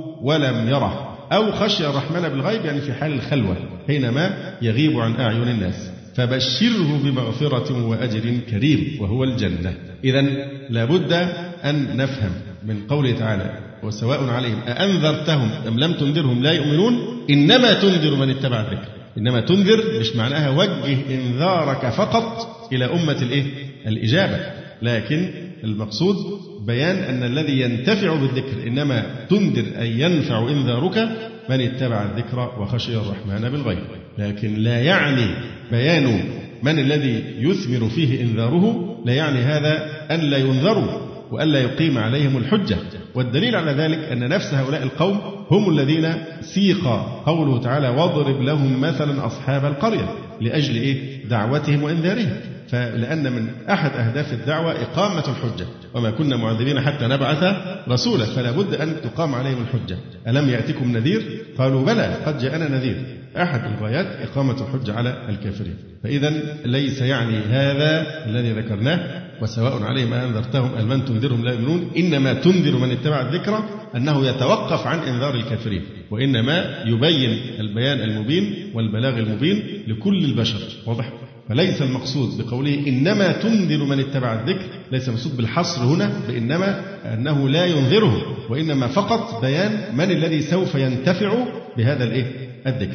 ولم يره، أو خشي الرحمن بالغيب يعني في حال الخلوة حينما يغيب عن أعين الناس، فبشره بمغفرة وأجر كريم وهو الجنة. إذن لابد أن نفهم من قوله تعالى وسواء عليهم أأنذرتهم أم لم تنذرهم لا يؤمنون، إنما تنذر من اتبع الذكر. إنما تنذر مش معناها وجه إنذارك فقط إلى أمة الإيه؟ الإجابة، لكن المقصود بيان أن الذي ينتفع بالذكر إنما تنذر أي ينفع إنذارك من اتبع الذكر وخشي الرحمن بالغيب، لكن لا يعني بيان من الذي يثمر فيه إنذاره، لا يعني هذا أن لا ينذروا وألا يقيم عليهم الحجة. والدليل على ذلك أن نفس هؤلاء القوم هم الذين سيق قوله تعالى واضرب لهم مثلا أصحاب القرية لأجل إيه؟ دعوتهم وإنذارهم. فلأن من أحد أهداف الدعوة إقامة الحجة، وما كنا معذبين حتى نبعث رسولا، فلا بد أن تقام عليهم الحجة. ألم يأتكم نذير؟ قالوا بلى قد جاءنا نذير. أحد الغايات إقامة الحجة على الكافرين. فإذا ليس يعني هذا الذي ذكرناه وسواء عليهم أنذرتهم أم لم تنذرهم لا يؤمنون، إنما تنذر من اتبع الذكر أنه يتوقف عن إنذار الكافرين، وإنما يبين البيان المبين والبلاغ المبين لكل البشر. واضح؟ فليس المقصود بقوله إنما تنذر من اتبع الذكر، ليس المقصود بالحصر هنا بإنما أنه لا ينذره، وإنما فقط بيان من الذي سوف ينتفع بهذا الإيه؟ الذكر.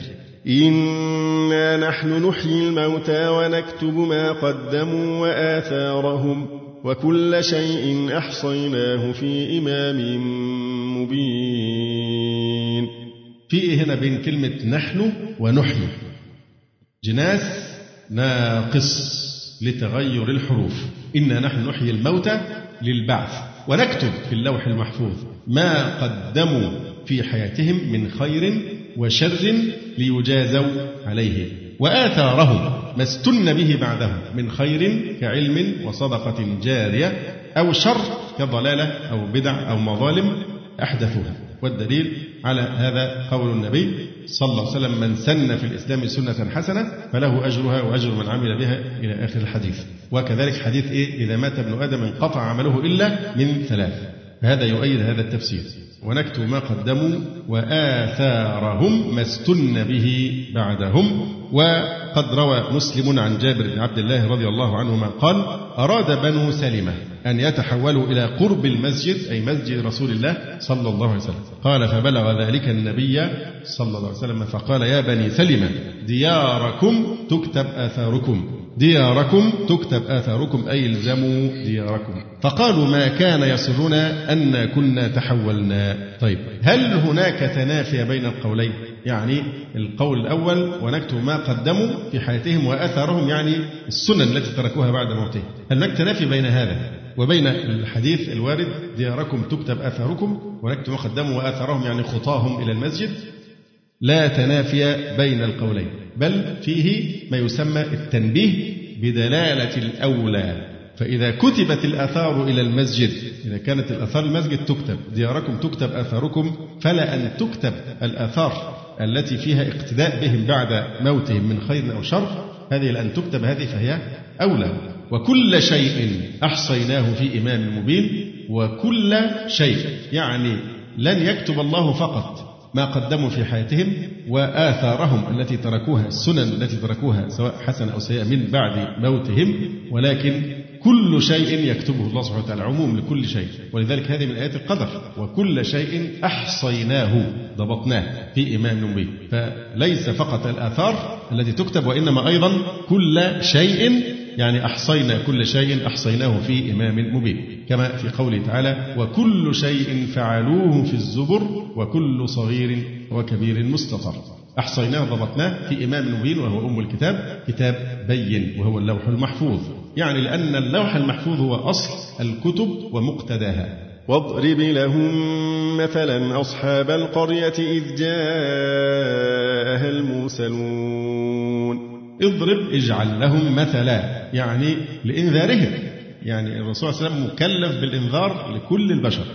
إنا نحن نحيي الموتى ونكتب ما قدموا وآثارهم وكل شيء أحصيناه في إمام مبين. في هنا بين كلمة نحن ونحيي جناس ناقص لتغير الحروف. إنا نحن نحيي الموتى للبعث، ونكتب في اللوح المحفوظ ما قدموا في حياتهم من خير وشر ليجازوا عليه، وآثارهم ما استن به بعدهم من خير كعلم وصدقة جارية، أو شر كضلالة أو بدع أو مظالم أحدثوها. والدليل على هذا قول النبي صلى الله عليه وسلم من سن في الإسلام سنة حسنة فله أجرها وأجر من عمل بها إلى آخر الحديث. وكذلك حديث إيه؟ إذا مات ابن آدم انقطع عمله إلا من ثلاث. فهذا يؤيد هذا التفسير. ونكتب ما قدموا وآثارهم ما استن به بعدهم. وقد روى مسلم عن جابر بن عبد الله رضي الله عنهما قال أراد بنو سلمة أن يتحولوا إلى قرب المسجد أي مسجد رسول الله صلى الله عليه وسلم. قال فبلغ ذلك النبي صلى الله عليه وسلم فقال يا بني سلمة دياركم تكتب آثاركم دياركم تكتب آثاركم أي الزموا دياركم. فقالوا ما كان يسرنا أن كنا تحولنا. طيب هل هناك تنافي بين القولين؟ يعني القول الأول ونكتب ما قدموا في حياتهم وآثارهم يعني السنن التي تركوها بعد موتهم، هل هناك تنافي بين هذا وبين الحديث الوارد دياركم تكتب آثاركم ونكتب ما قدموا وآثارهم يعني خطاهم إلى المسجد؟ لا تنافي بين القولين، بل فيه ما يسمى التنبيه بدلالة الأولى. فإذا كتبت الآثار إلى المسجد، إذا كانت الآثار المسجد تكتب دياركم تكتب آثاركم، فلا أن تكتب الآثار التي فيها اقتداء بهم بعد موتهم من خير أو شر، هذه لأن تكتب هذه فهي أولى. وكل شيء أحصيناه في إمام مبين. وكل شيء يعني لن يكتب الله فقط ما قدموا في حياتهم وآثارهم التي تركوها، السنن التي تركوها سواء حسنة أو سيئة من بعد موتهم، ولكن كل شيء يكتبه الله سبحانه وتعالى، عموم لكل شيء. ولذلك هذه من آيات القدر، وكل شيء أحصيناه ضبطناه في إمام مبين. فليس فقط الآثار التي تكتب وإنما أيضا كل شيء، يعني أحصينا كل شيء أحصيناه في إمام مبين، كما في قوله تعالى وكل شيء فعلوه في الزبر وكل صغير وكبير مستطر. أحصيناه ضبطناه في إمام مبين وهو أم الكتاب، كتاب بين وهو اللوح المحفوظ، يعني لأن اللوح المحفوظ هو أصل الكتب ومقتداها. واضرب لهم مثلا أصحاب القرية إذ جاءها المرسلون. اضرب اجعل لهم مثلا يعني لإنذارهم، يعني الرسول صلى الله عليه وسلم مكلف بالإنذار لكل البشر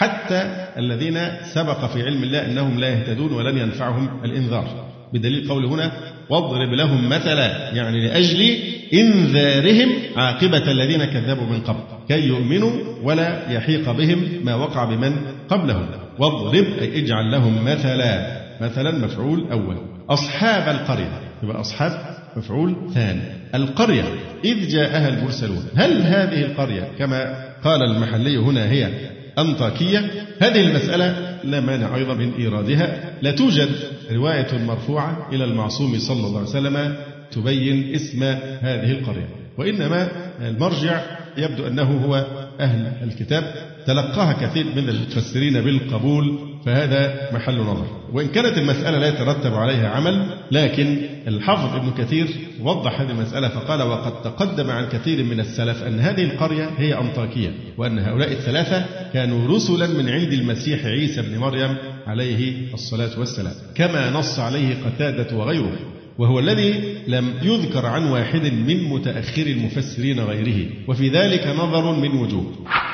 حتى الذين سبق في علم الله أنهم لا يهتدون ولن ينفعهم الإنذار، بدليل قوله هنا واضرب لهم مثلا، يعني لأجل إنذارهم عاقبة الذين كذبوا من قبل كي يؤمنوا ولا يحيق بهم ما وقع بمن قبلهم. واضرب أي اجعل لهم مثلا، مثلا مفعول أول، أصحاب القرية يبقى أصحاب مفعول ثاني، القرية إذ جاءها المرسلون. هل هذه القرية كما قال المحلي هنا هي أنطاكية؟ هذه المسألة لا مانع أيضا من إيرادها. لا توجد رواية مرفوعة إلى المعصوم صلى الله عليه وسلم تبين اسم هذه القرية، وإنما المرجع يبدو أنه هو أهل الكتاب، تلقاها كثير من المفسرين بالقبول، فهذا محل نظر. وإن كانت المسألة لا يترتب عليها عمل، لكن الحافظ ابن كثير وضح هذه المسألة فقال وقد تقدم عن كثير من السلف أن هذه القرية هي أنطاكية، وأن هؤلاء الثلاثة كانوا رسلا من عند المسيح عيسى بن مريم عليه الصلاة والسلام، كما نص عليه قتادة وغيره، وهو الذي لم يذكر عن واحد من متأخر المفسرين غيره. وفي ذلك نظر من وجوه،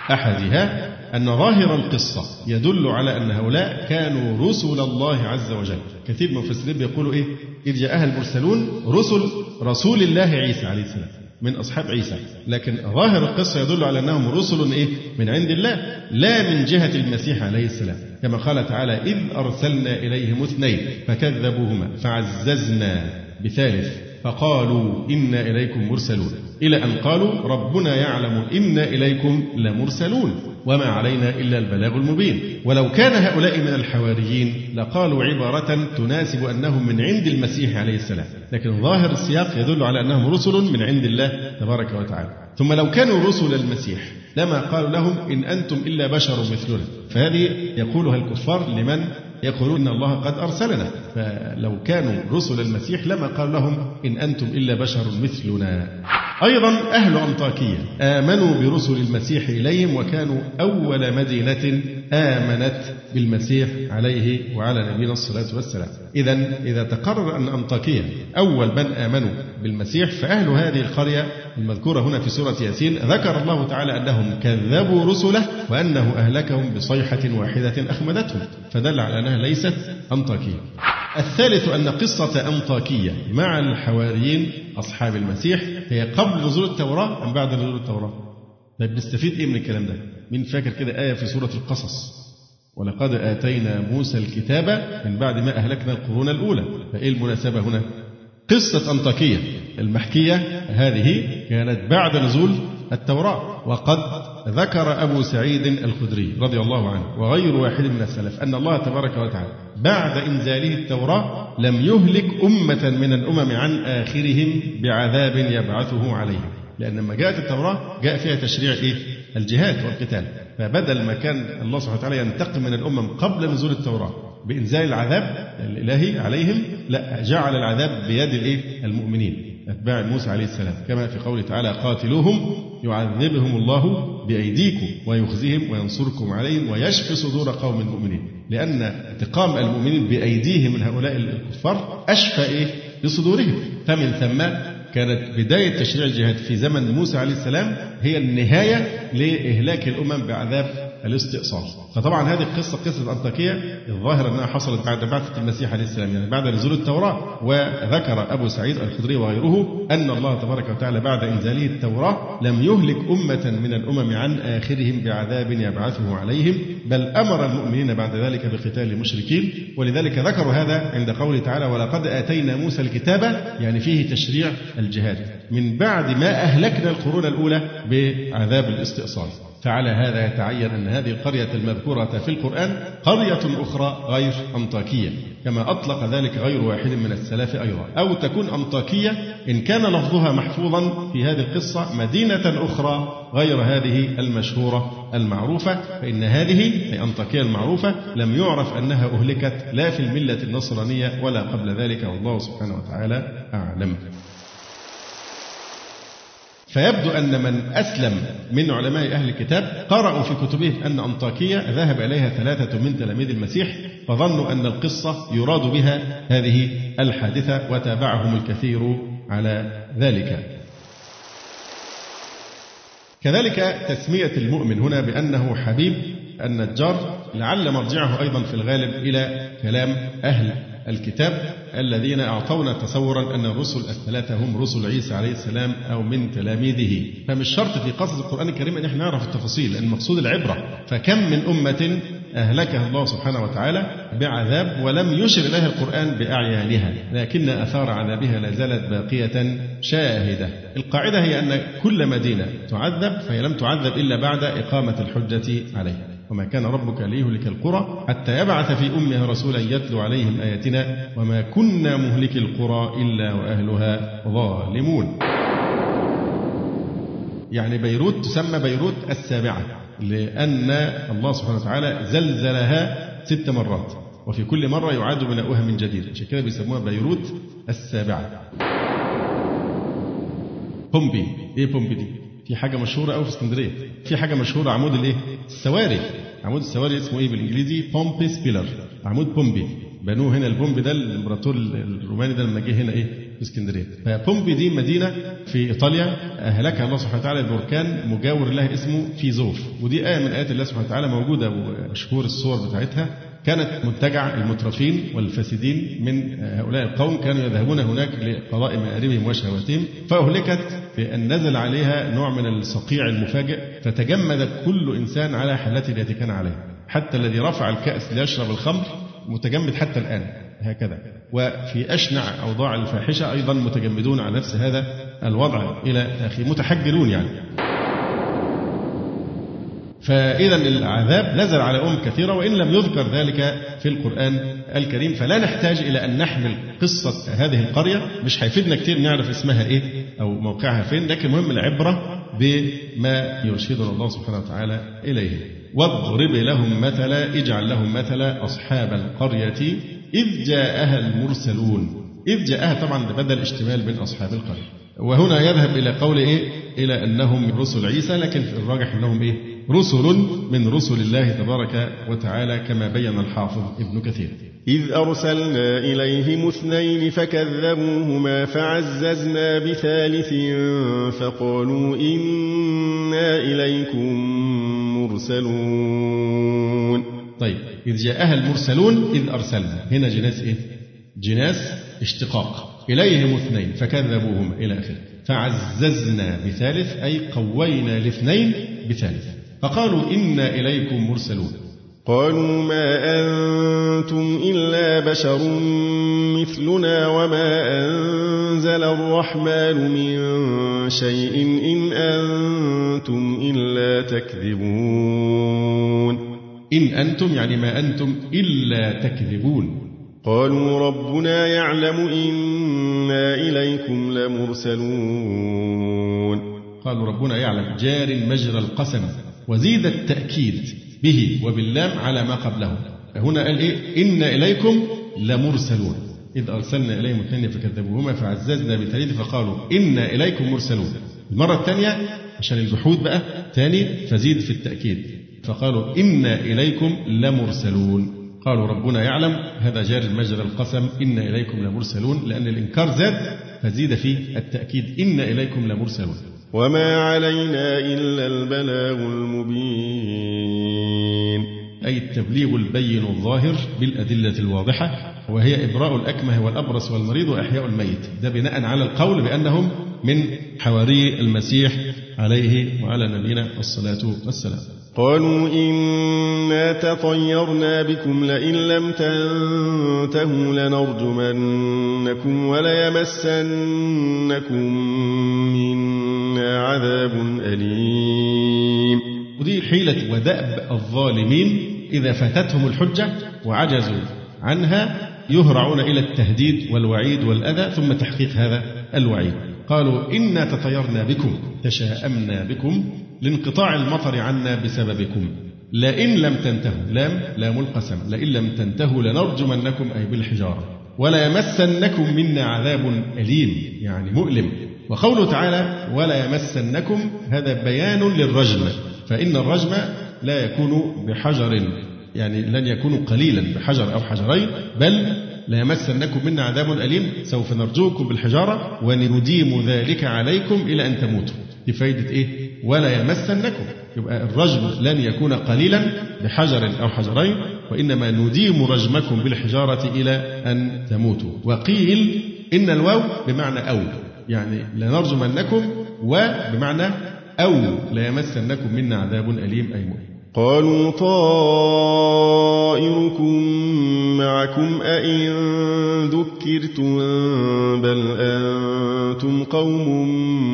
أحدها أن ظاهر القصة يدل على أن هؤلاء كانوا رسل الله عز وجل. كثير من المفسرين بيقولوا إيه إذ جاءها المرسلون رسل رسول الله عيسى عليه السلام من أصحاب عيسى، لكن ظاهر القصة يدل على أنهم رسل إيه من عند الله لا من جهة المسيح عليه السلام، كما قال تعالى إذ أرسلنا إليهم اثنين فكذبوهما فعززنا بثالث فقالوا إنا إليكم مرسلون، إلى أن قالوا ربنا يعلم إنا إليكم لمرسلون وما علينا إلا البلاغ المبين. ولو كان هؤلاء من الحواريين لقالوا عبارة تناسب أنهم من عند المسيح عليه السلام، لكن ظاهر السياق يدل على أنهم رسل من عند الله تبارك وتعالى. ثم لو كانوا رسل المسيح لما قالوا لهم إن أنتم إلا بشر مثلنا، فهذه يقولها الكفار لمن يقولون إن الله قد أرسلنا، فلو كانوا رسل المسيح لما قال لهم إن أنتم إلا بشر مثلنا. أيضا أهل أنطاكية آمنوا برسل المسيح إليهم وكانوا أول مدينة آمنت بالمسيح عليه وعلى نبينا الصلاة والسلام. إذن إذا تقرر أن أنطاكية أول من آمنوا بالمسيح، فأهل هذه القرية المذكورة هنا في سورة ياسين ذكر الله تعالى أنهم كذبوا رسله وأنه أهلكهم بصيحة واحدة أخمدتهم، فدل على أنها ليست أنطاكية. الثالث أن قصة أنطاكية مع الحواريين أصحاب المسيح هي قبل نزول التوراة أم بعد نزول التوراة؟ طيب نستفيد إيه من الكلام ده؟ مين فاكر كده آية في سورة القصص ولقد آتينا موسى الكتاب من بعد ما أهلكنا القرون الأولى، فإيه المناسبة هنا؟ قصة أنطاكية المحكية هذه كانت بعد نزول التوراة. وقد ذكر أبو سعيد الخدري رضي الله عنه وغير واحد من السلف أن الله تبارك وتعالى بعد إنزاله التوراة لم يهلك أمة من الأمم عن آخرهم بعذاب يبعثه عليهم، لأن لما جاءت التوراة جاء فيها تشريع إيه؟ الجهاد والقتال، فبدل ما كان الله سبحانه وتعالى ينتقم من الأمم قبل نزول التوراة بإنزال العذاب الإلهي عليهم، لا، جعل العذاب بيد الإيه؟ المؤمنين أتباع موسى عليه السلام، كما في قوله تعالى قاتلوهم يعذبهم الله بأيديكم ويخزيهم وينصركم عليهم ويشفي صدور قوم مؤمنين، لأن انتقام المؤمنين بأيديهم من هؤلاء الكفار أشفى إيه؟ لصدورهم. فمن ثم كانت بداية تشريع الجهاد في زمن موسى عليه السلام هي النهاية لإهلاك الأمم بعذاب الاستئصال. فطبعا هذه القصة قصة أنطاكية الظاهر أنها حصلت بعد بعثة المسيح عليه السلام، يعني بعد نزول التوراة. وذكر أبو سعيد الخدري وغيره أن الله تبارك وتعالى بعد إنزاله التوراة لم يهلك أمة من الأمم عن آخرهم بعذاب يبعثه عليهم، بل أمر المؤمنين بعد ذلك بقتال المشركين. ولذلك ذكروا هذا عند قوله تعالى ولقد آتينا موسى الكتاب، يعني فيه تشريع الجهاد من بعد ما أهلكنا القرون الأولى بعذاب الاستئصال. فعلى هذا يتعين أن هذه القرية المذكورة في القرآن قرية أخرى غير أنطاكية، كما أطلق ذلك غير واحد من السلف أيضا، أو تكون أنطاكية إن كان لفظها محفوظا في هذه القصة مدينة أخرى غير هذه المشهورة المعروفة، فإن هذه أي أنطاكية المعروفة لم يعرف أنها أهلكت لا في الملة النصرانية ولا قبل ذلك، والله سبحانه وتعالى أعلم. فيبدو أن من أسلم من علماء أهل الكتاب قرأوا في كتبهم أن أنطاكية ذهب إليها ثلاثة من تلاميذ المسيح، فظنوا أن القصة يراد بها هذه الحادثة، وتابعهم الكثير على ذلك. كذلك تسمية المؤمن هنا بأنه حبيب النجار لعل مرجعه أيضا في الغالب إلى كلام أهل الكتاب الذين أعطونا تصورا أن الرسل الثلاثة هم رسل عيسى عليه السلام أو من تلاميذه. فمش شرط في قصص القرآن الكريم أن احنا نعرف التفاصيل، لأن المقصود العبرة. فكم من أمة أهلكها الله سبحانه وتعالى بعذاب ولم يشر إليها القرآن بأعيانها، لكن آثار عذابها لا زالت باقية شاهدة. القاعدة هي أن كل مدينة تعذب فهي لم تعذب إلا بعد إقامة الحجة عليها، وما كان ربك ليهلك القرى حتى يبعث في أمها رسولا يتلو عليهم آياتنا وما كنا مهلك القرى إلا وأهلها ظالمون. يعني بيروت تسمى بيروت السابعة لأن الله سبحانه وتعالى زلزلها ست مرات، وفي كل مرة يعاد بناؤها من جديد، عشان كده بيسموها بيروت السابعة. بومبي، إيه بومبي دي؟ في حاجة مشهورة أوي في اسكندرية، في حاجة مشهورة عمود الإيه؟ السواري. عمود السواري اسمه إيه بالإنجليزي؟ بومبي سبيلر، عمود بومبي. بنوه هنا البومبي ده الإمبراطور الروماني ده لما جه هنا إيه؟ في اسكندرية. فبومبي دي مدينة في إيطاليا أهلكها الله سبحانه وتعالى بركان مجاور له اسمه فيزوف، ودي آية من آيات الله سبحانه وتعالى موجودة ومشهور الصور بتاعتها. كانت منتجع المترفين والفاسدين من هؤلاء القوم، كانوا يذهبون هناك لقضاء مآربهم وشهواتهم، فأهلكت بأن نزل عليها نوع من الصقيع المفاجئ، فتجمد كل إنسان على حالته التي كان عليها، حتى الذي رفع الكأس ليشرب الخمر متجمد حتى الآن هكذا. وفي أشنع أوضاع الفاحشة أيضا متجمدون على نفس هذا الوضع إلى آخره، متحجرون يعني. فإذا العذاب نزل على أمم كثيرة وإن لم يذكر ذلك في القرآن الكريم، فلا نحتاج إلى أن نحمل قصة هذه القرية، مش هيفيدنا كتير نعرف اسمها إيه أو موقعها فين، لكن المهم العبرة بما يرشدنا الله سبحانه وتعالى إليه. واضرب لهم مثلا، اجعل لهم مثلا أصحاب القرية إذ جاءها المرسلون. إذ جاءها طبعا ده بدل اشتمال بين أصحاب القرية، وهنا يذهب إلى قول إيه؟ إلى أنهم رسل عيسى، لكن في الراجح أنهم إيه؟ رسل من رسل الله تبارك وتعالى كما بين الحافظ ابن كثير. إذ أرسلنا إليهم اثنين فكذبوهما فعززنا بثالث فقالوا إنا إليكم مرسلون. طيب، إذ جاءها المرسلون إذ أرسلنا، هنا جناس إيه؟ جناس اشتقاق. إليهم اثنين فكذبوهما إلى آخره، فعززنا بثالث أي قوينا الاثنين بثالث، فقالوا إنا إليكم مرسلون. قالوا ما أنتم إلا بشر مثلنا وما أنزل الرحمن من شيء إن تكذبون إن أنتم يعني ما أنتم إلا تكذبون. قالوا ربنا يعلم إنا إليكم لمرسلون. قالوا ربنا يعلم جار مجرى القسم، وزيد التأكيد به وباللام على ما قبله. هنا قال إيه؟ إنا إليكم لمرسلون، إذ أرسلنا إليهم اثنين فكذبوهما فعززنا بثالث فقالوا إنا إليكم مرسلون. المرة الثانية عشان الجحود بقى تاني فزيد في التأكيد، فقالوا إنا إليكم لمرسلون. قالوا ربنا يعلم، هذا جار مجرى القسم، إنا إليكم لمرسلون، لأن الإنكار زاد فزيد في التأكيد إنا إليكم لمرسلون. وما علينا إلا البلاغ المبين، أي التبليغ البين الظاهر بالأدلة الواضحة، وهي إبراء الأكمه والأبرص والمريض وإحياء الميت. ده بناء على القول بأنهم من حواري المسيح عليه وعلى نبينا الصلاة والسلام. قالوا إنا تطيرنا بكم لئن لم تنتهوا لنرجمنكم وليمسنكم منا عذاب أليم. ودي حيلة ودأب الظالمين، إذا فاتتهم الحجة وعجزوا عنها يهرعون إلى التهديد والوعيد والأذى ثم تحقيق هذا الوعيد. قالوا إنا تطيرنا بكم، تشاءمنا بكم لانقطاع المطر عنا بسببكم، لئن لم تنتهوا، لام لام القسم، لئن لم تنتهوا لنرجمنكم أي بالحجارة، ولا يمسنكم منا عذاب أليم يعني مؤلم. وقوله تعالى ولا يمسنكم هذا بيان للرجم، فإن الرجم لا يكون بحجر، يعني لن يكون قليلا بحجر أو حجرين، بل لا يمسنكم منا عذاب أليم، سوف نرجوكم بالحجارة ونديم ذلك عليكم إلى أن تموتوا. دي فايدة إيه؟ ولا يمسنكم، يبقى الرجم لن يكون قليلا بحجر أو حجرين، وإنما نديم رجمكم بالحجارة إلى أن تموتوا. وقيل إن الواو بمعنى أو، يعني لنرجمنكم وبمعنى أو لا يمسنكم منا عذاب أليم أي مؤلم. قالوا طائركم معكم أئن ذكرتم بل أنتم قوم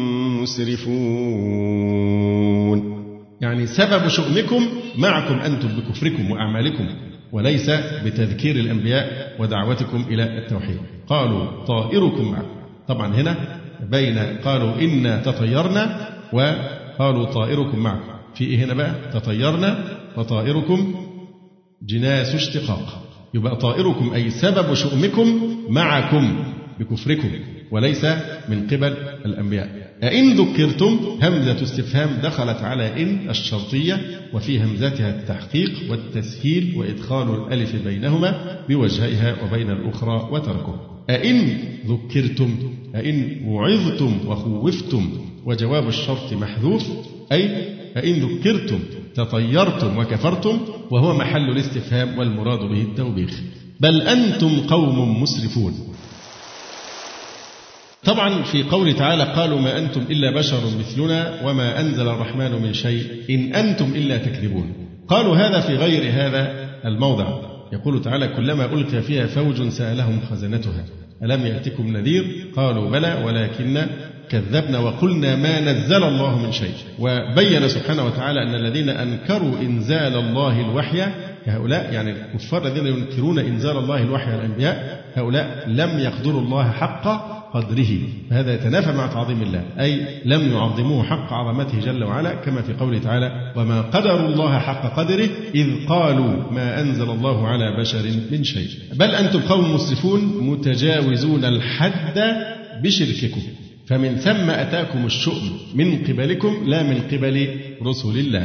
مسرفون. يعني سبب شؤمكم معكم أنتم بكفركم وأعمالكم، وليس بتذكير الأنبياء ودعوتكم إلى التوحيد. قالوا طائركم معكم، طبعا هنا بين قالوا إنا تطيرنا وقالوا طائركم معكم، في إيه هنا بقى؟ تطيرنا وطائركم جناس اشتقاق، يبقى طائركم أي سبب شؤمكم معكم بكفركم وليس من قبل الأنبياء. أئن ذكرتم همزة استفهام دخلت على إن الشرطية، وفي همزتها التحقيق والتسهيل وإدخال الألف بينهما بوجهها وبين الأخرى وتركه. أئن ذكرتم أئن وعظتم وخوفتم، وجواب الشرط محذوف، أي أئن ذكرتم تطيرتم وكفرتم، وهو محل الاستفهام والمراد به التوبيخ. بل أنتم قوم مسرفون. طبعا في قول تعالى قالوا ما أنتم إلا بشر مثلنا وما أنزل الرحمن من شيء إن أنتم إلا تكذبون. قالوا هذا في غير هذا الموضع. يقول تعالى كلما ألقي فيها فوج سألهم خزنتها ألم يأتكم نذير قالوا بلى ولكن كذبنا وقلنا ما نزل الله من شيء. وبين سبحانه وتعالى أن الذين أنكروا إنزال الله الوحي هؤلاء، يعني الكفار الذين ينكرون إنزال الله الوحي على الأنبياء، هؤلاء لم يقدروا الله حق قدره، فهذا يتنافى مع تعظيم الله، أي لم يعظموه حق عظمته جل وعلا، كما في قوله تعالى وما قدروا الله حق قدره إذ قالوا ما أنزل الله على بشر من شيء. بل أنتم قوم مسرفون متجاوزون الحد بشرككم، فمن ثم أتاكم الشؤم من قبلكم لا من قبل رسل الله.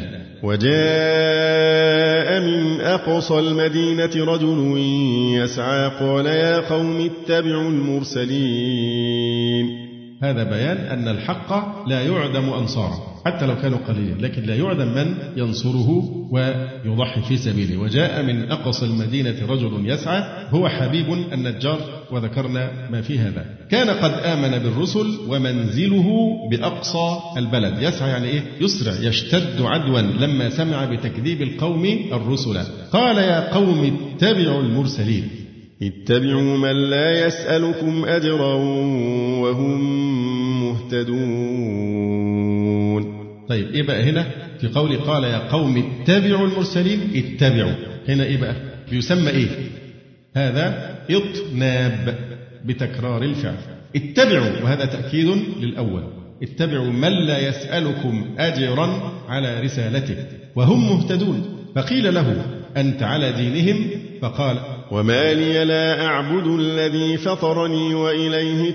وجاء من أقصى المدينة رجل يسعى قال يا قوم اتبعوا المرسلين. هذا بيان أن الحق لا يعدم أنصاره حتى لو كانوا قليلا، لكن لا يعدم من ينصره ويضحي في سبيله. وجاء من أقصى المدينة رجل يسعى، هو حبيب النجار، وذكرنا ما في هذا. كان قد آمن بالرسل ومنزله بأقصى البلد. يسعى يعني إيه؟ يسرع، يشتد عدوا لما سمع بتكذيب القوم الرسل. قال يا قوم اتبعوا المرسلين. اتبعوا من لا يسألكم أجرا وهم مهتدون. طيب إيه بقى هنا في قوله قال يا قوم اتبعوا المرسلين، اتبعوا هنا إيه بقى؟ بيسمى إيه؟ هذا إطناب بتكرار الفعل. اتبعوا وهذا تأكيد للأول، اتبعوا من لا يسألكم أجرا على رسالته وهم مهتدون. فقيل له أنت على دينهم فقال وما لي لا أعبد الذي فطرني وإليه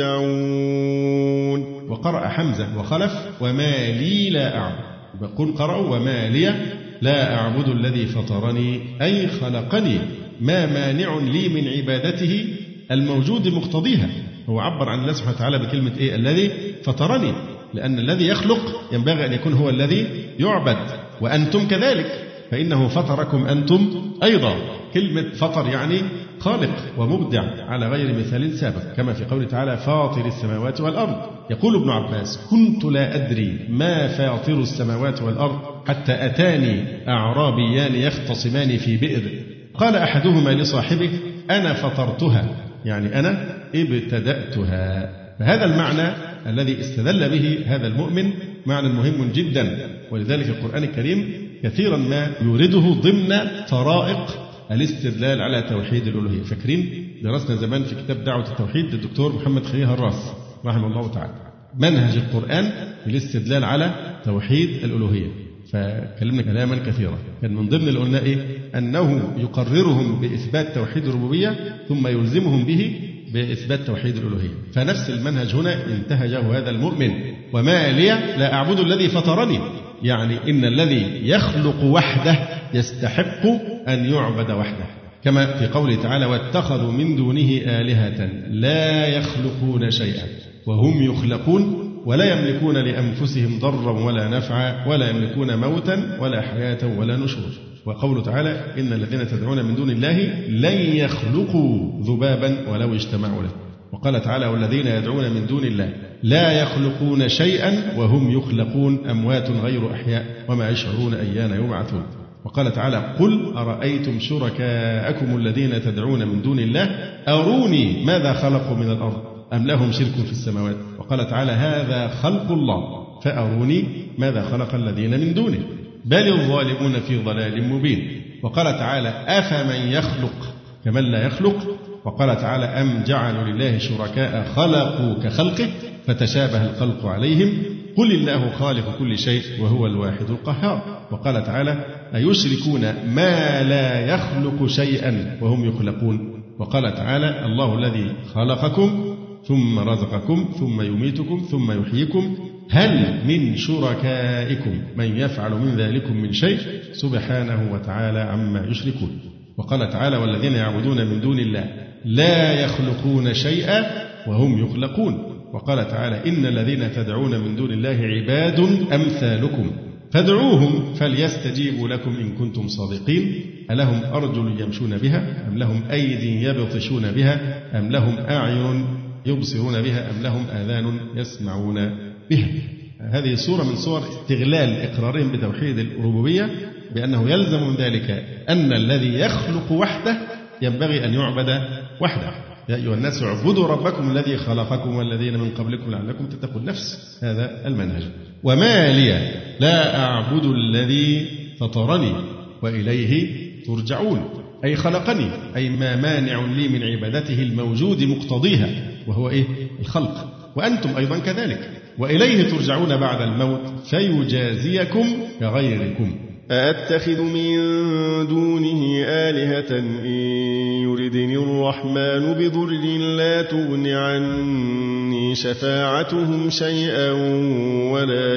ترجعون. وقرأ حمزة وخلف وما لي لا أعبد، بقول قرأوا وما لي لا أعبد الذي فطرني أي خلقني، ما مانع لي من عبادته الموجود مقتضيها. هو عبر عن الله سبحانه وتعالى بكلمة إيه؟ الذي فطرني، لأن الذي يخلق ينبغي أن يكون هو الذي يعبد، وأنتم كذلك فإنه فطركم أنتم أيضا. كلمة فطر يعني خالق ومبدع على غير مثال سابق، كما في قوله تعالى فاطر السماوات والأرض. يقول ابن عباس كنت لا أدري ما فاطر السماوات والأرض حتى أتاني أعرابيان يختصمان في بئر، قال أحدهما لصاحبه أنا فطرتها، يعني أنا ابتدأتها. فهذا المعنى الذي استدل به هذا المؤمن معنى مهم جدا، ولذلك القرآن الكريم كثيرا ما يورده ضمن طرائق الاستدلال على توحيد الألوهية. فاكرين درسنا زمان في كتاب دعوة التوحيد للدكتور محمد خليل هراس رحمه الله تعالى منهج القرآن للاستدلال على توحيد الألوهية، فكلمنا كلاما كثيرا. كان من ضمن اللي قلنا إيه؟ أنه يقررهم بإثبات توحيد الربوبية ثم يلزمهم به بإثبات توحيد الألوهية. فنفس المنهج هنا انتهجه هذا المؤمن، وما لي لا أعبد الذي فطرني، يعني إن الذي يخلق وحده يستحق أن يعبد وحده، كما في قوله تعالى واتخذوا من دونه آلهة لا يخلقون شيئا وهم يخلقون ولا يملكون لأنفسهم ضرا ولا نفعا ولا يملكون موتا ولا حياة ولا نشور. وقوله تعالى إن الذين تدعون من دون الله لن يخلقوا ذبابا ولو اجتمعوا له. وقال تعالى والذين يدعون من دون الله لا يخلقون شيئا وهم يخلقون أموات غير أحياء وما يشعرون أيان يبعثون. وقال تعالى قل أرأيتم شركاءكم الذين تدعون من دون الله أروني ماذا خلقوا من الأرض أم لهم شرك في السماوات. وقال تعالى هذا خلق الله فأروني ماذا خلق الذين من دونه بل الظالمون في ضلال مبين. وقال تعالى أفمن يخلق كمن لا يخلق. وقال تعالى أم جعلوا لله شركاء خلقوا كخلقه فتشابه الخلق عليهم قل الله خالق كل شيء وهو الواحد القهار. وقال تعالى أيشركون ما لا يخلق شيئا وهم يخلقون. وقال تعالى الله الذي خلقكم ثم رزقكم ثم يميتكم ثم يحييكم هل من شركائكم من يفعل من ذلكم من شيء سبحانه وتعالى عما يشركون. وقال تعالى والذين يعبدون من دون الله لا يخلقون شيئا وهم يخلقون. وقال تعالى إن الذين تدعون من دون الله عباد أمثالكم فادعوهم فليستجيبوا لكم إن كنتم صادقين ألهم أرجل يمشون بها أم لهم أيدي يبطشون بها أم لهم أعين يبصرون بها أم لهم آذان يسمعون بها. هذه صورة من صور استغلال إقرارهم بتوحيد الربوبية بأنه يلزم من ذلك أن الذي يخلق وحده ينبغي أن يعبد وحده. يا أيها الناس اعبدوا ربكم الذي خلقكم والذين من قبلكم لعلكم تتقون. نفس هذا المنهج. وما لي لا أعبد الذي فطرني وإليه ترجعون أي خلقني أي ما مانع لي من عبادته الموجود مقتضيها وهو إيه؟ الخلق. وأنتم أيضا كذلك وإليه ترجعون بعد الموت فيجازيكم كغيركم. أأتخذ من دونه آلهة إن يردني الرحمن بضر لا تغن عني شفاعتهم شيئا ولا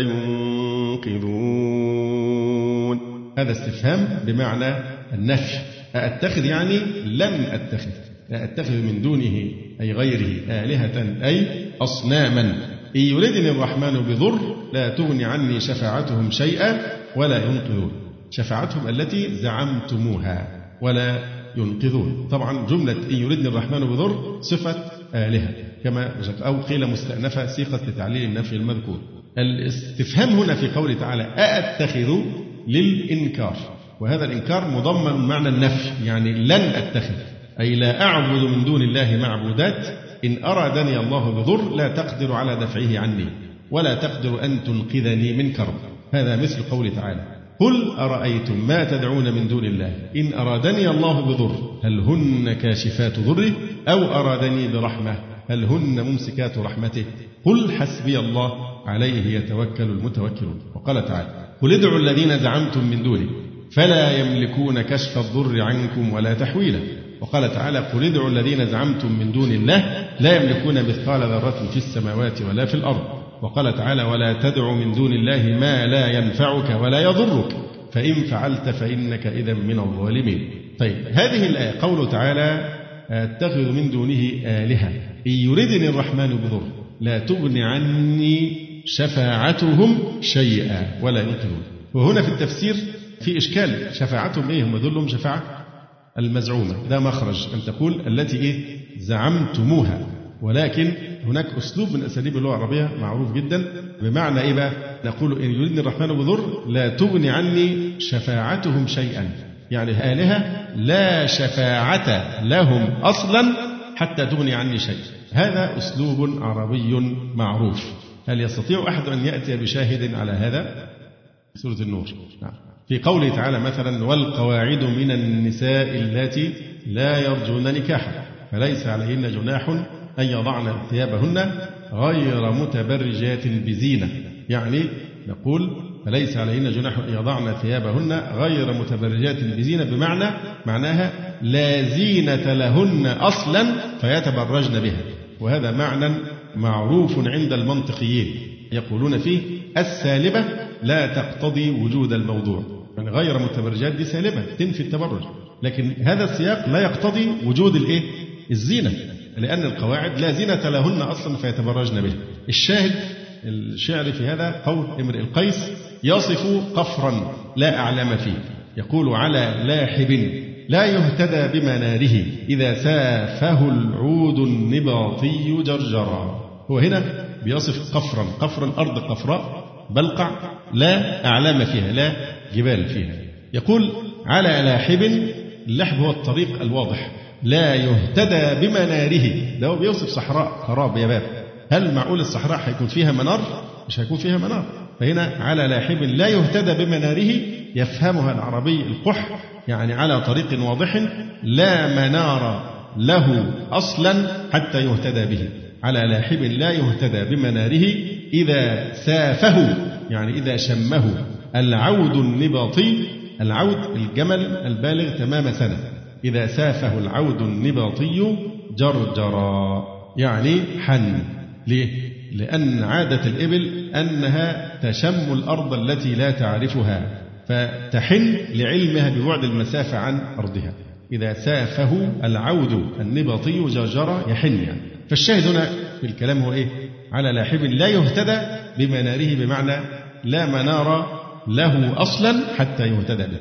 ينقذون. هذا استفهام بمعنى النفي. أأتخذ يعني لن أتخذ. أأتخذ من دونه أي غيره آلهة أي أصناما إن يردني الرحمن بضر لا تغني عني شفاعتهم شيئا ولا ينقذون. شفاعتهم التي زعمتموها ولا ينقذون. طبعا جملة إن يردني الرحمن بضر صفة آلهة كما أو قيل مستأنفة صيغة لتعليل النفي المذكور. الاستفهام هنا في قوله تعالى أأتخذ للإنكار وهذا الإنكار مضمن معنى النفي يعني لن أتخذ أي لا أعبد من دون الله معبودات إن أرادني الله بضر لا تقدر على دفعه عني ولا تقدر أن تنقذني من كرب. هذا مثل قوله تعالى: قل أرأيتم ما تدعون من دون الله إن أرادني الله بضر هل هن كاشفات ضره أو أرادني برحمة هل هن ممسكات رحمته قل حسبي الله عليه يتوكل المتوكلون. وقال تعالى: قل ادعوا الذين زعمتم من دونه فلا يملكون كشف الضر عنكم ولا تحويلا. وقال تعالى: قل ادعوا الذين زعمتم من دون الله لا يملكون مثقال ذرة في السماوات ولا في الأرض. وقال تعالى: ولا تدع من دون الله ما لا ينفعك ولا يضرك فإن فعلت فإنك إذا من الظالمين. طيب، هذه الآية قوله تعالى: أتخذ من دونه آلهة إن يردني الرحمن بضر لا تغن عني شفاعتهم شيئا ولا ينقذون. وهنا في التفسير في إشكال، شفاعتهم إيه؟ هم ذلهم شفاعة المزعومة، ده مخرج أن تقول التي إيه زعمتموها، ولكن هناك أسلوب من أساليب اللغة العربية معروف جدا بمعنى إيه بقى؟ نقول إن يردني الرحمن بضر لا تغني عني شفاعتهم شيئا، يعني آلهة لا شفاعة لهم أصلا حتى تغني عني شيء. هذا أسلوب عربي معروف. هل يستطيع أحد أن يأتي بشاهد على هذا؟ سورة النور نعم. في قوله تعالى مثلا: والقواعد من النساء اللاتي لا يرجون نكاحا فليس عليهن جناح أن يضعن ثيابهن غير متبرجات بزينة، يعني نقول فليس عليهن جناح أن يضعن ثيابهن غير متبرجات بزينة، بمعنى معناها لا زينة لهن أصلا فيتبرجن بها. وهذا معنى معروف عند المنطقيين يقولون فيه السالبة لا تقتضي وجود الموضوع، يعني غير متبرجات دي سالبة تنفي التبرج، لكن هذا السياق لا يقتضي وجود الإيه؟ الزينة، لأن القواعد لا زينة لهن أصلا فيتبرجن به. الشاهد الشعر في هذا قول امرئ القيس يصف قفرا لا أعلم فيه، يقول: على لاحب لا يهتدى بمناره إذا سافه العود النباطي جرجرا. هو هنا بيصف قفرا، قفرا أرض قفراء بلقع لا أعلام فيها، لا جبال فيها. يقول: على لاحب، اللحب هو الطريق الواضح، لا يهتدى بمناره، ده هو بيوصف صحراء خراب يا باب. هل معقول الصحراء هيكون فيها منار؟ مش هيكون فيها منار. فهنا على لاحب لا يهتدى بمناره يفهمها العربي القح، يعني على طريق واضح لا منار له أصلا حتى يهتدى به. على لاحب لا يهتدى بمناره إذا سافه، يعني إذا شمه العود النباطي، العود الجمل البالغ تمام سنة، إذا سافه العود النباطي جرجرا، يعني حن. ليه؟ لأن عادة الإبل أنها تشم الأرض التي لا تعرفها فتحن لعلمها ببعد المسافة عن أرضها. إذا سافه العود النباطي جرجرا يحن يعني. فالشاهد هنا في الكلام هو إيه؟ على لاحب لا يهتدى بمناره، بمعنى لا منار له أصلا حتى يهتدى به.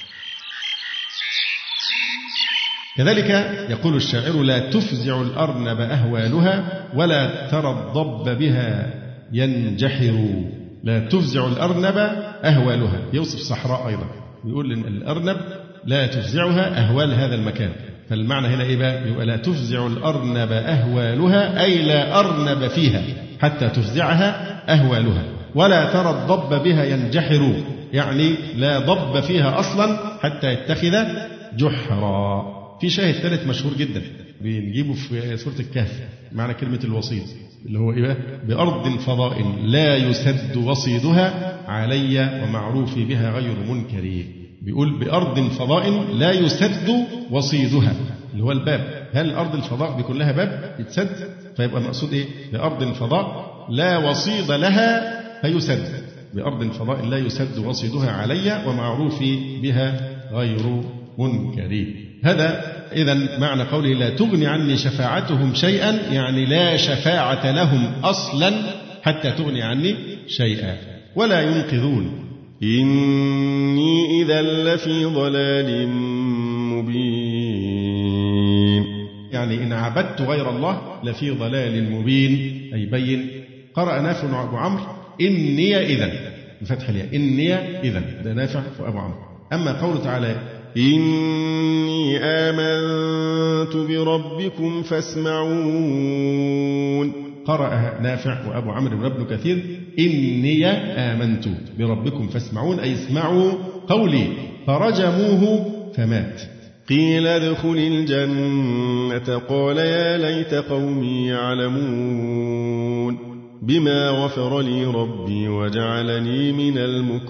كذلك يقول الشاعر: لا تفزع الأرنب أهوالها ولا ترى الضب بها ينجحر. لا تفزع الأرنب أهوالها، يوصف صحراء أيضا، يقول إن الأرنب لا تفزعها أهوال هذا المكان. فالمعنى هنا إيه بقى؟ يبقى لا تفزع الأرنب أهوالها، أي لا أرنب فيها حتى تفزعها أهوالها، ولا ترى الضب بها ينجحر، يعني لا ضب فيها أصلا حتى يتخذ جحرا. في شاهد ثالث مشهور جدا بنجيبه في سورة الكهف معنى كلمة الوصيد، اللي هو إيه؟ بأرض فضاء لا يسد وصيدها علي ومعروفي بها غير منكر. بيقول بأرض فضاء لا يسد وصيدها، اللي هو الباب. هل أرض الفضاء بيكون لها باب يتسد؟ فيبقى المقصود إيه؟ بأرض فضاء لا وصيد لها فيسد، بأرض فضاء لا يسد وصيدها علي ومعروفي بها غير منكر. هذا إذن معنى قوله لا تغني عني شفاعتهم شيئا، يعني لا شفاعة لهم أصلا حتى تغني عني شيئا ولا ينقذون. إني إذا لفي ضلال مبين، يعني إن عبدت غير الله لفي ضلال مبين، أي بين. قرأ نافع وأبو عمرو إني إذن بفتح الياء، إني إذن، ده نافع وأبو عمرو. أما قوله تعالى إني آمنت بربكم فاسمعون، قرأ نافع وأبو عمرو وابن كثير إني آمنت بربكم فاسمعون، أي اسمعوا قولي. فرجموه فمات. قيل ادخل الجنة قال يا ليت قومي يعلمون بما غفر لي ربي وجعلني من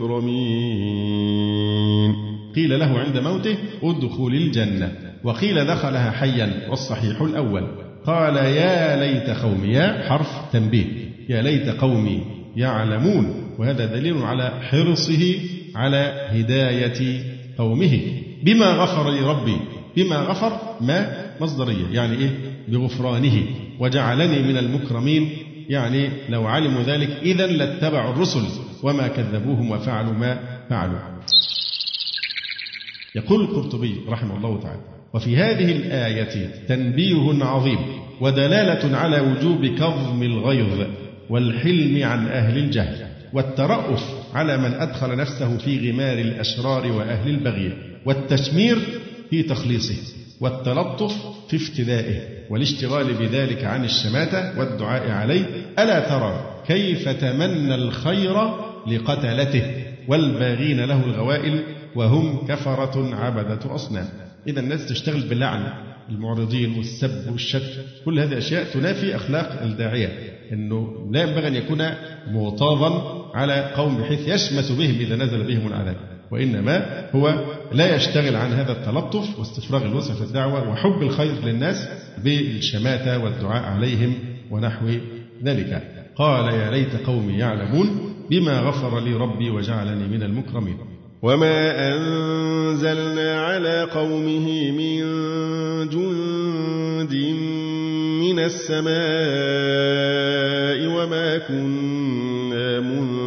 المكرمين. قيل له عند موته ادخل الجنة، وقيل دخلها حيا، والصحيح الأول. قال يا ليت قومي، يا حرف تنبيه، يا ليت قومي يعلمون، وهذا دليل على حرصه على هداية قومه. بما غفر لي ربي، بما غفر ما مصدرية، يعني إيه؟ بغفرانه. وجعلني من المكرمين، يعني لو علموا ذلك إذن لاتبعوا الرسل وما كذبوهم وفعلوا ما فعلوا. يقول القرطبي رحمه الله تعالى: وفي هذه الآية تنبيه عظيم ودلالة على وجوب كظم الغيظ والحلم عن أهل الجهل، والترأف على من أدخل نفسه في غمار الأشرار وأهل البغي، والتشمير في تخليصه، والتلطف في افتدائه، والاشتغال بذلك عن الشماتة والدعاء عليه. ألا ترى كيف تمنى الخير لقتلته والباغين له الغوائل وهم كفرة عبدة أصنام. إذا الناس تشتغل باللعن، المعرضين والسب والشتم، كل هذه أشياء تنافي أخلاق الداعية، أنه لا ينبغي أن يكون مغتاظا على قوم بحيث يشمت بهم إذا نزل بهم العذاب، وإنما هو لا يشتغل عن هذا التلطف واستفراغ الوسع في الدعوة وحب الخير للناس بالشماتة والدعاء عليهم ونحو ذلك. قال يا ليت قومي يعلمون بما غفر لي ربي وجعلني من المكرمين. وما أنزلنا على قومه من جند من السماء وما كنا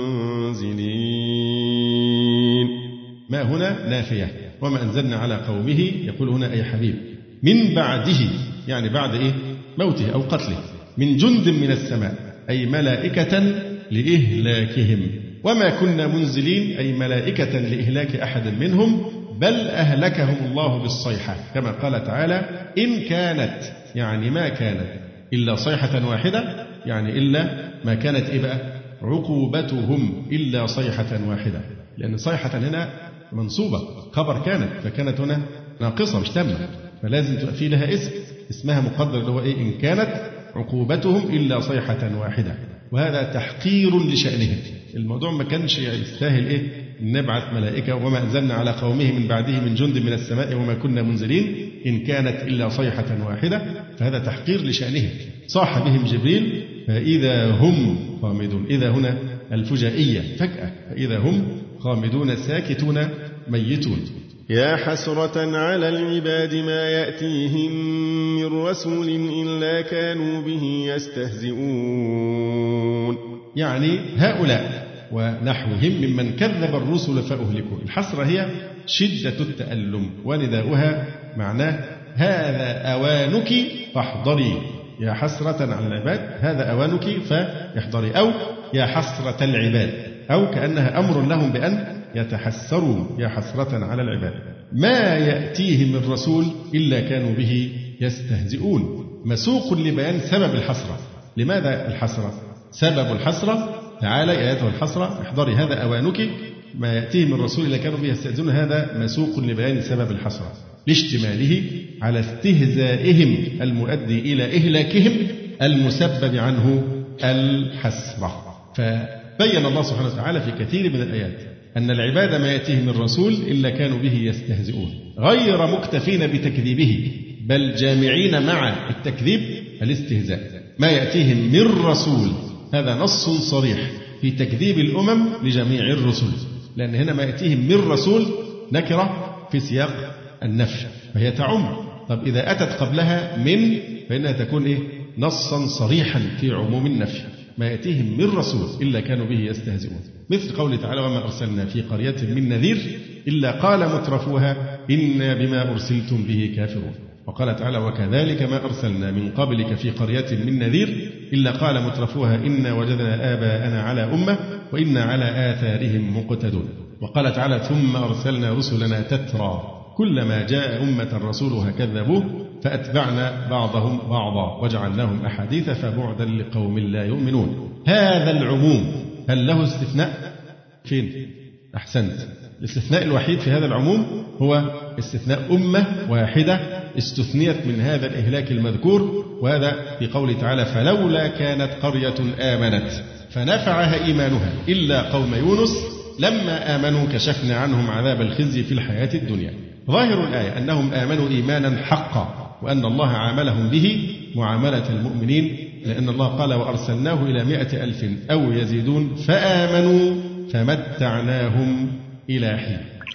منزلين. ما هنا نافية، وما أنزلنا على قومه يقول هنا أي حبيب من بعده، يعني بعد إيه؟ موته أو قتله، من جند من السماء أي ملائكة لإهلاكهم، وما كنا منزلين أي ملائكة لإهلاك أحد منهم، بل أهلكهم الله بالصيحة، كما قال تعالى إن كانت، يعني ما كانت إلا صيحة واحدة، يعني إلا ما كانت إيه بقى؟ عقوبتهم إلا صيحة واحدة، لأن صيحة هنا منصوبة خبر كانت، فكانت هنا ناقصة مش تامة، فلازم تبقى في لها اسم، اسمها مقدر اللي هو إيه؟ إن كانت عقوبتهم إلا صيحة واحدة، وهذا تحقير لشأنهم. الموضوع ما كانش يستاهل إيه؟ نبعث ملائكة. وما أنزلنا على قومه من بعده من جند من السماء وما كنا منزلين إن كانت إلا صيحة واحدة، فهذا تحقير لشأنهم. صاح بهم جبريل فإذا هم خامدون، إذا هنا الفجائية فجأة، فإذا هم خامدون ساكتون ميتون. يا حسرة على العباد ما يأتيهم من رسول إلا كانوا به يستهزئون. يعني هؤلاء ونحوهم ممن كذب الرسل فأهلكوا. الحسرة هي شدة التألم، ونداؤها معناه هذا أوانك فاحضري، يا حسرة على العباد هذا أوانك فاحضري، أو يا حسرة العباد، أو كأنها أمر لهم بأن يتحسروا يا حسرة على العباد. ما يأتيهم من رسول إلا كانوا به يستهزئون، مسوق لبيان سبب الحسرة. لماذا الحسرة؟ سبب الحسرة تعالى آياته الحسرة احضري هذا أوانك، ما يأتيهم من رسول إلا كانوا به يستهزئون، هذا مسوق لبيان سبب الحسرة لاشتماله على استهزائهم المؤدي إلى إهلاكهم المسبب عنه الحسرة. فبين الله سبحانه وتعالى في كثير من الآيات أن العباد ما يأتيهم من رسول إلا كانوا به يستهزئون، غير مكتفين بتكذيبه بل جامعين مع التكذيب الاستهزاء. ما يأتيهم من رسول هذا نص صريح في تكذيب الأمم لجميع الرسل، لأن هنا ما يأتيهم من رسول نكرة في سياق النفي فهي تعم. طب إذا أتت قبلها من فإنها تكون إيه؟ نصا صريحا في عموم النفي. ما يأتيهم من رسول إلا كانوا به يستهزئون، مثل قوله تعالى وما أرسلنا في قرية من نذير إلا قال مترفوها إنا بما أرسلتم به كافرون. وقال تعالى وكذلك ما أرسلنا من قبلك في قرية من نذير إلا قال مترفوها إنا وجدنا آباءنا على أمة وإنا على آثارهم مقتدون. وقال تعالى ثم أرسلنا رسلنا تترى كلما جاء أمة رسولها كذبوه فأتبعنا بعضهم بعضا وجعلناهم أحاديث فبعدا لقوم لا يؤمنون. هذا العموم هل له استثناء؟ فين؟ أحسنت. الاستثناء الوحيد في هذا العموم هو استثناء أمة واحدة استثنيت من هذا الإهلاك المذكور، وهذا في قوله تعالى: فلولا كانت قرية آمنت فنفعها إيمانها إلا قوم يونس لما آمنوا كشفنا عنهم عذاب الخزي في الحياة الدنيا. ظاهر الآية أنهم آمنوا إيمانا حقا، وأن الله عاملهم به معاملة المؤمنين، لأن الله قال: وأرسلناه إلى مائة ألف أو يزيدون فآمنوا فمتعناهم إلى حين.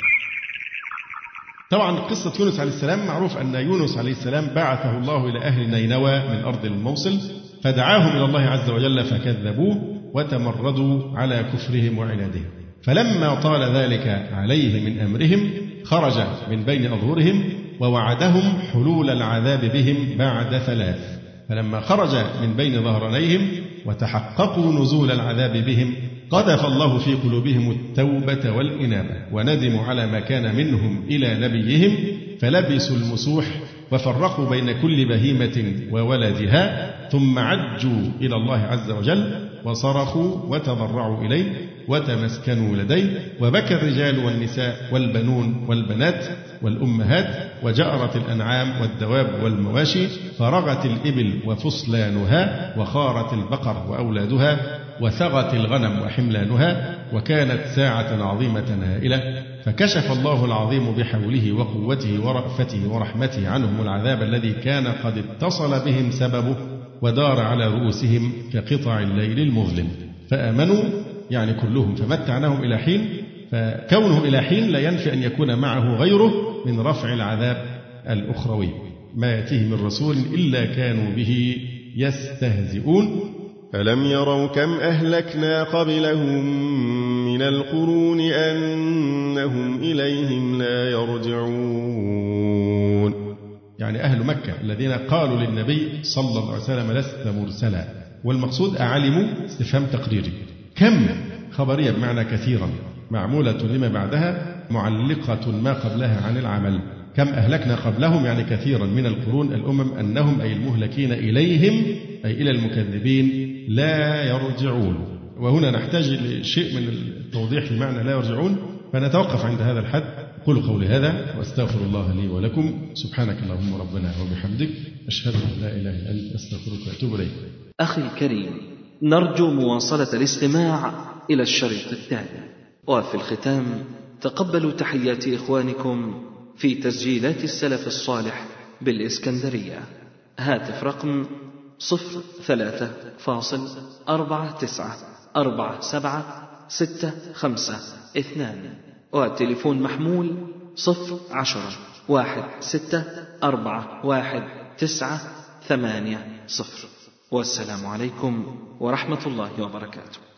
طبعا قصة يونس عليه السلام معروف أن يونس عليه السلام بعثه الله إلى أهل نينوى من أرض الموصل، فدعاهم إلى الله عز وجل فكذبوه وتمردوا على كفرهم وعنادهم، فلما طال ذلك عليه من أمرهم خرج من بين أظهرهم ووعدهم حلول العذاب بهم بعد ثلاث، فلما خرج من بين ظهرانيهم وتحققوا نزول العذاب بهم قذف الله في قلوبهم التوبة والإنابة، وندموا على ما كان منهم إلى نبيهم فلبسوا المسوح وفرقوا بين كل بهيمة وولدها، ثم عجوا إلى الله عز وجل وصرخوا وتضرعوا إليه وتمسكنوا لديه، وبكى الرجال والنساء والبنون والبنات والأمهات، وجأرت الأنعام والدواب والمواشي، فرغت الإبل وفصلانها، وخارت البقر وأولادها، وثغت الغنم وحملانها، وكانت ساعة عظيمة هائلة، فكشف الله العظيم بحوله وقوته ورأفته ورحمته عنهم العذاب الذي كان قد اتصل بهم سببه ودار على رؤوسهم كقطع الليل المظلم، فآمنوا يعني كلهم فمتعناهم إلى حين، فكونه إلى حين لا ينفي أن يكون معه غيره من رفع العذاب الأخروي، ما يأتيه من رسول إلا كانوا به يستهزئون. ألم يروا كم أهلكنا قبلهم من القرون أنهم إليهم لا يرجعون. يعني أهل مكة الذين قالوا للنبي صلى الله عليه وسلم لست مرسلا، والمقصود أعلموا استفهام تقريري، كم خبرية بمعنى كثيرا معمولة لما بعدها معلقة ما قبلها عن العمل، كم أهلكنا قبلهم يعني كثيرا من القرون الأمم أنهم أي المهلكين إليهم أي إلى المكذبين لا يرجعون. وهنا نحتاج لشيء من التوضيح في معنى لا يرجعون، فنتوقف عند هذا الحد. قولوا قولي هذا وأستغفر الله لي ولكم، سبحانك اللهم ربنا وبحمدك، أشهد أن لا إله إلا أنت، أستغفرك وأتوب إليك. أخي الكريم، نرجو مواصلة الاستماع إلى الشريط التالي. وفي الختام تقبلوا تحيات إخوانكم في تسجيلات السلف الصالح بالإسكندرية. هاتف رقم صفر ثلاثة فاصل أربعة تسعة أربعة سبعة ستة خمسة اثنان، والتليفون محمول صفر عشرة واحد ستة أربعة واحد تسعة ثمانية صفر. والسلام عليكم ورحمة الله وبركاته.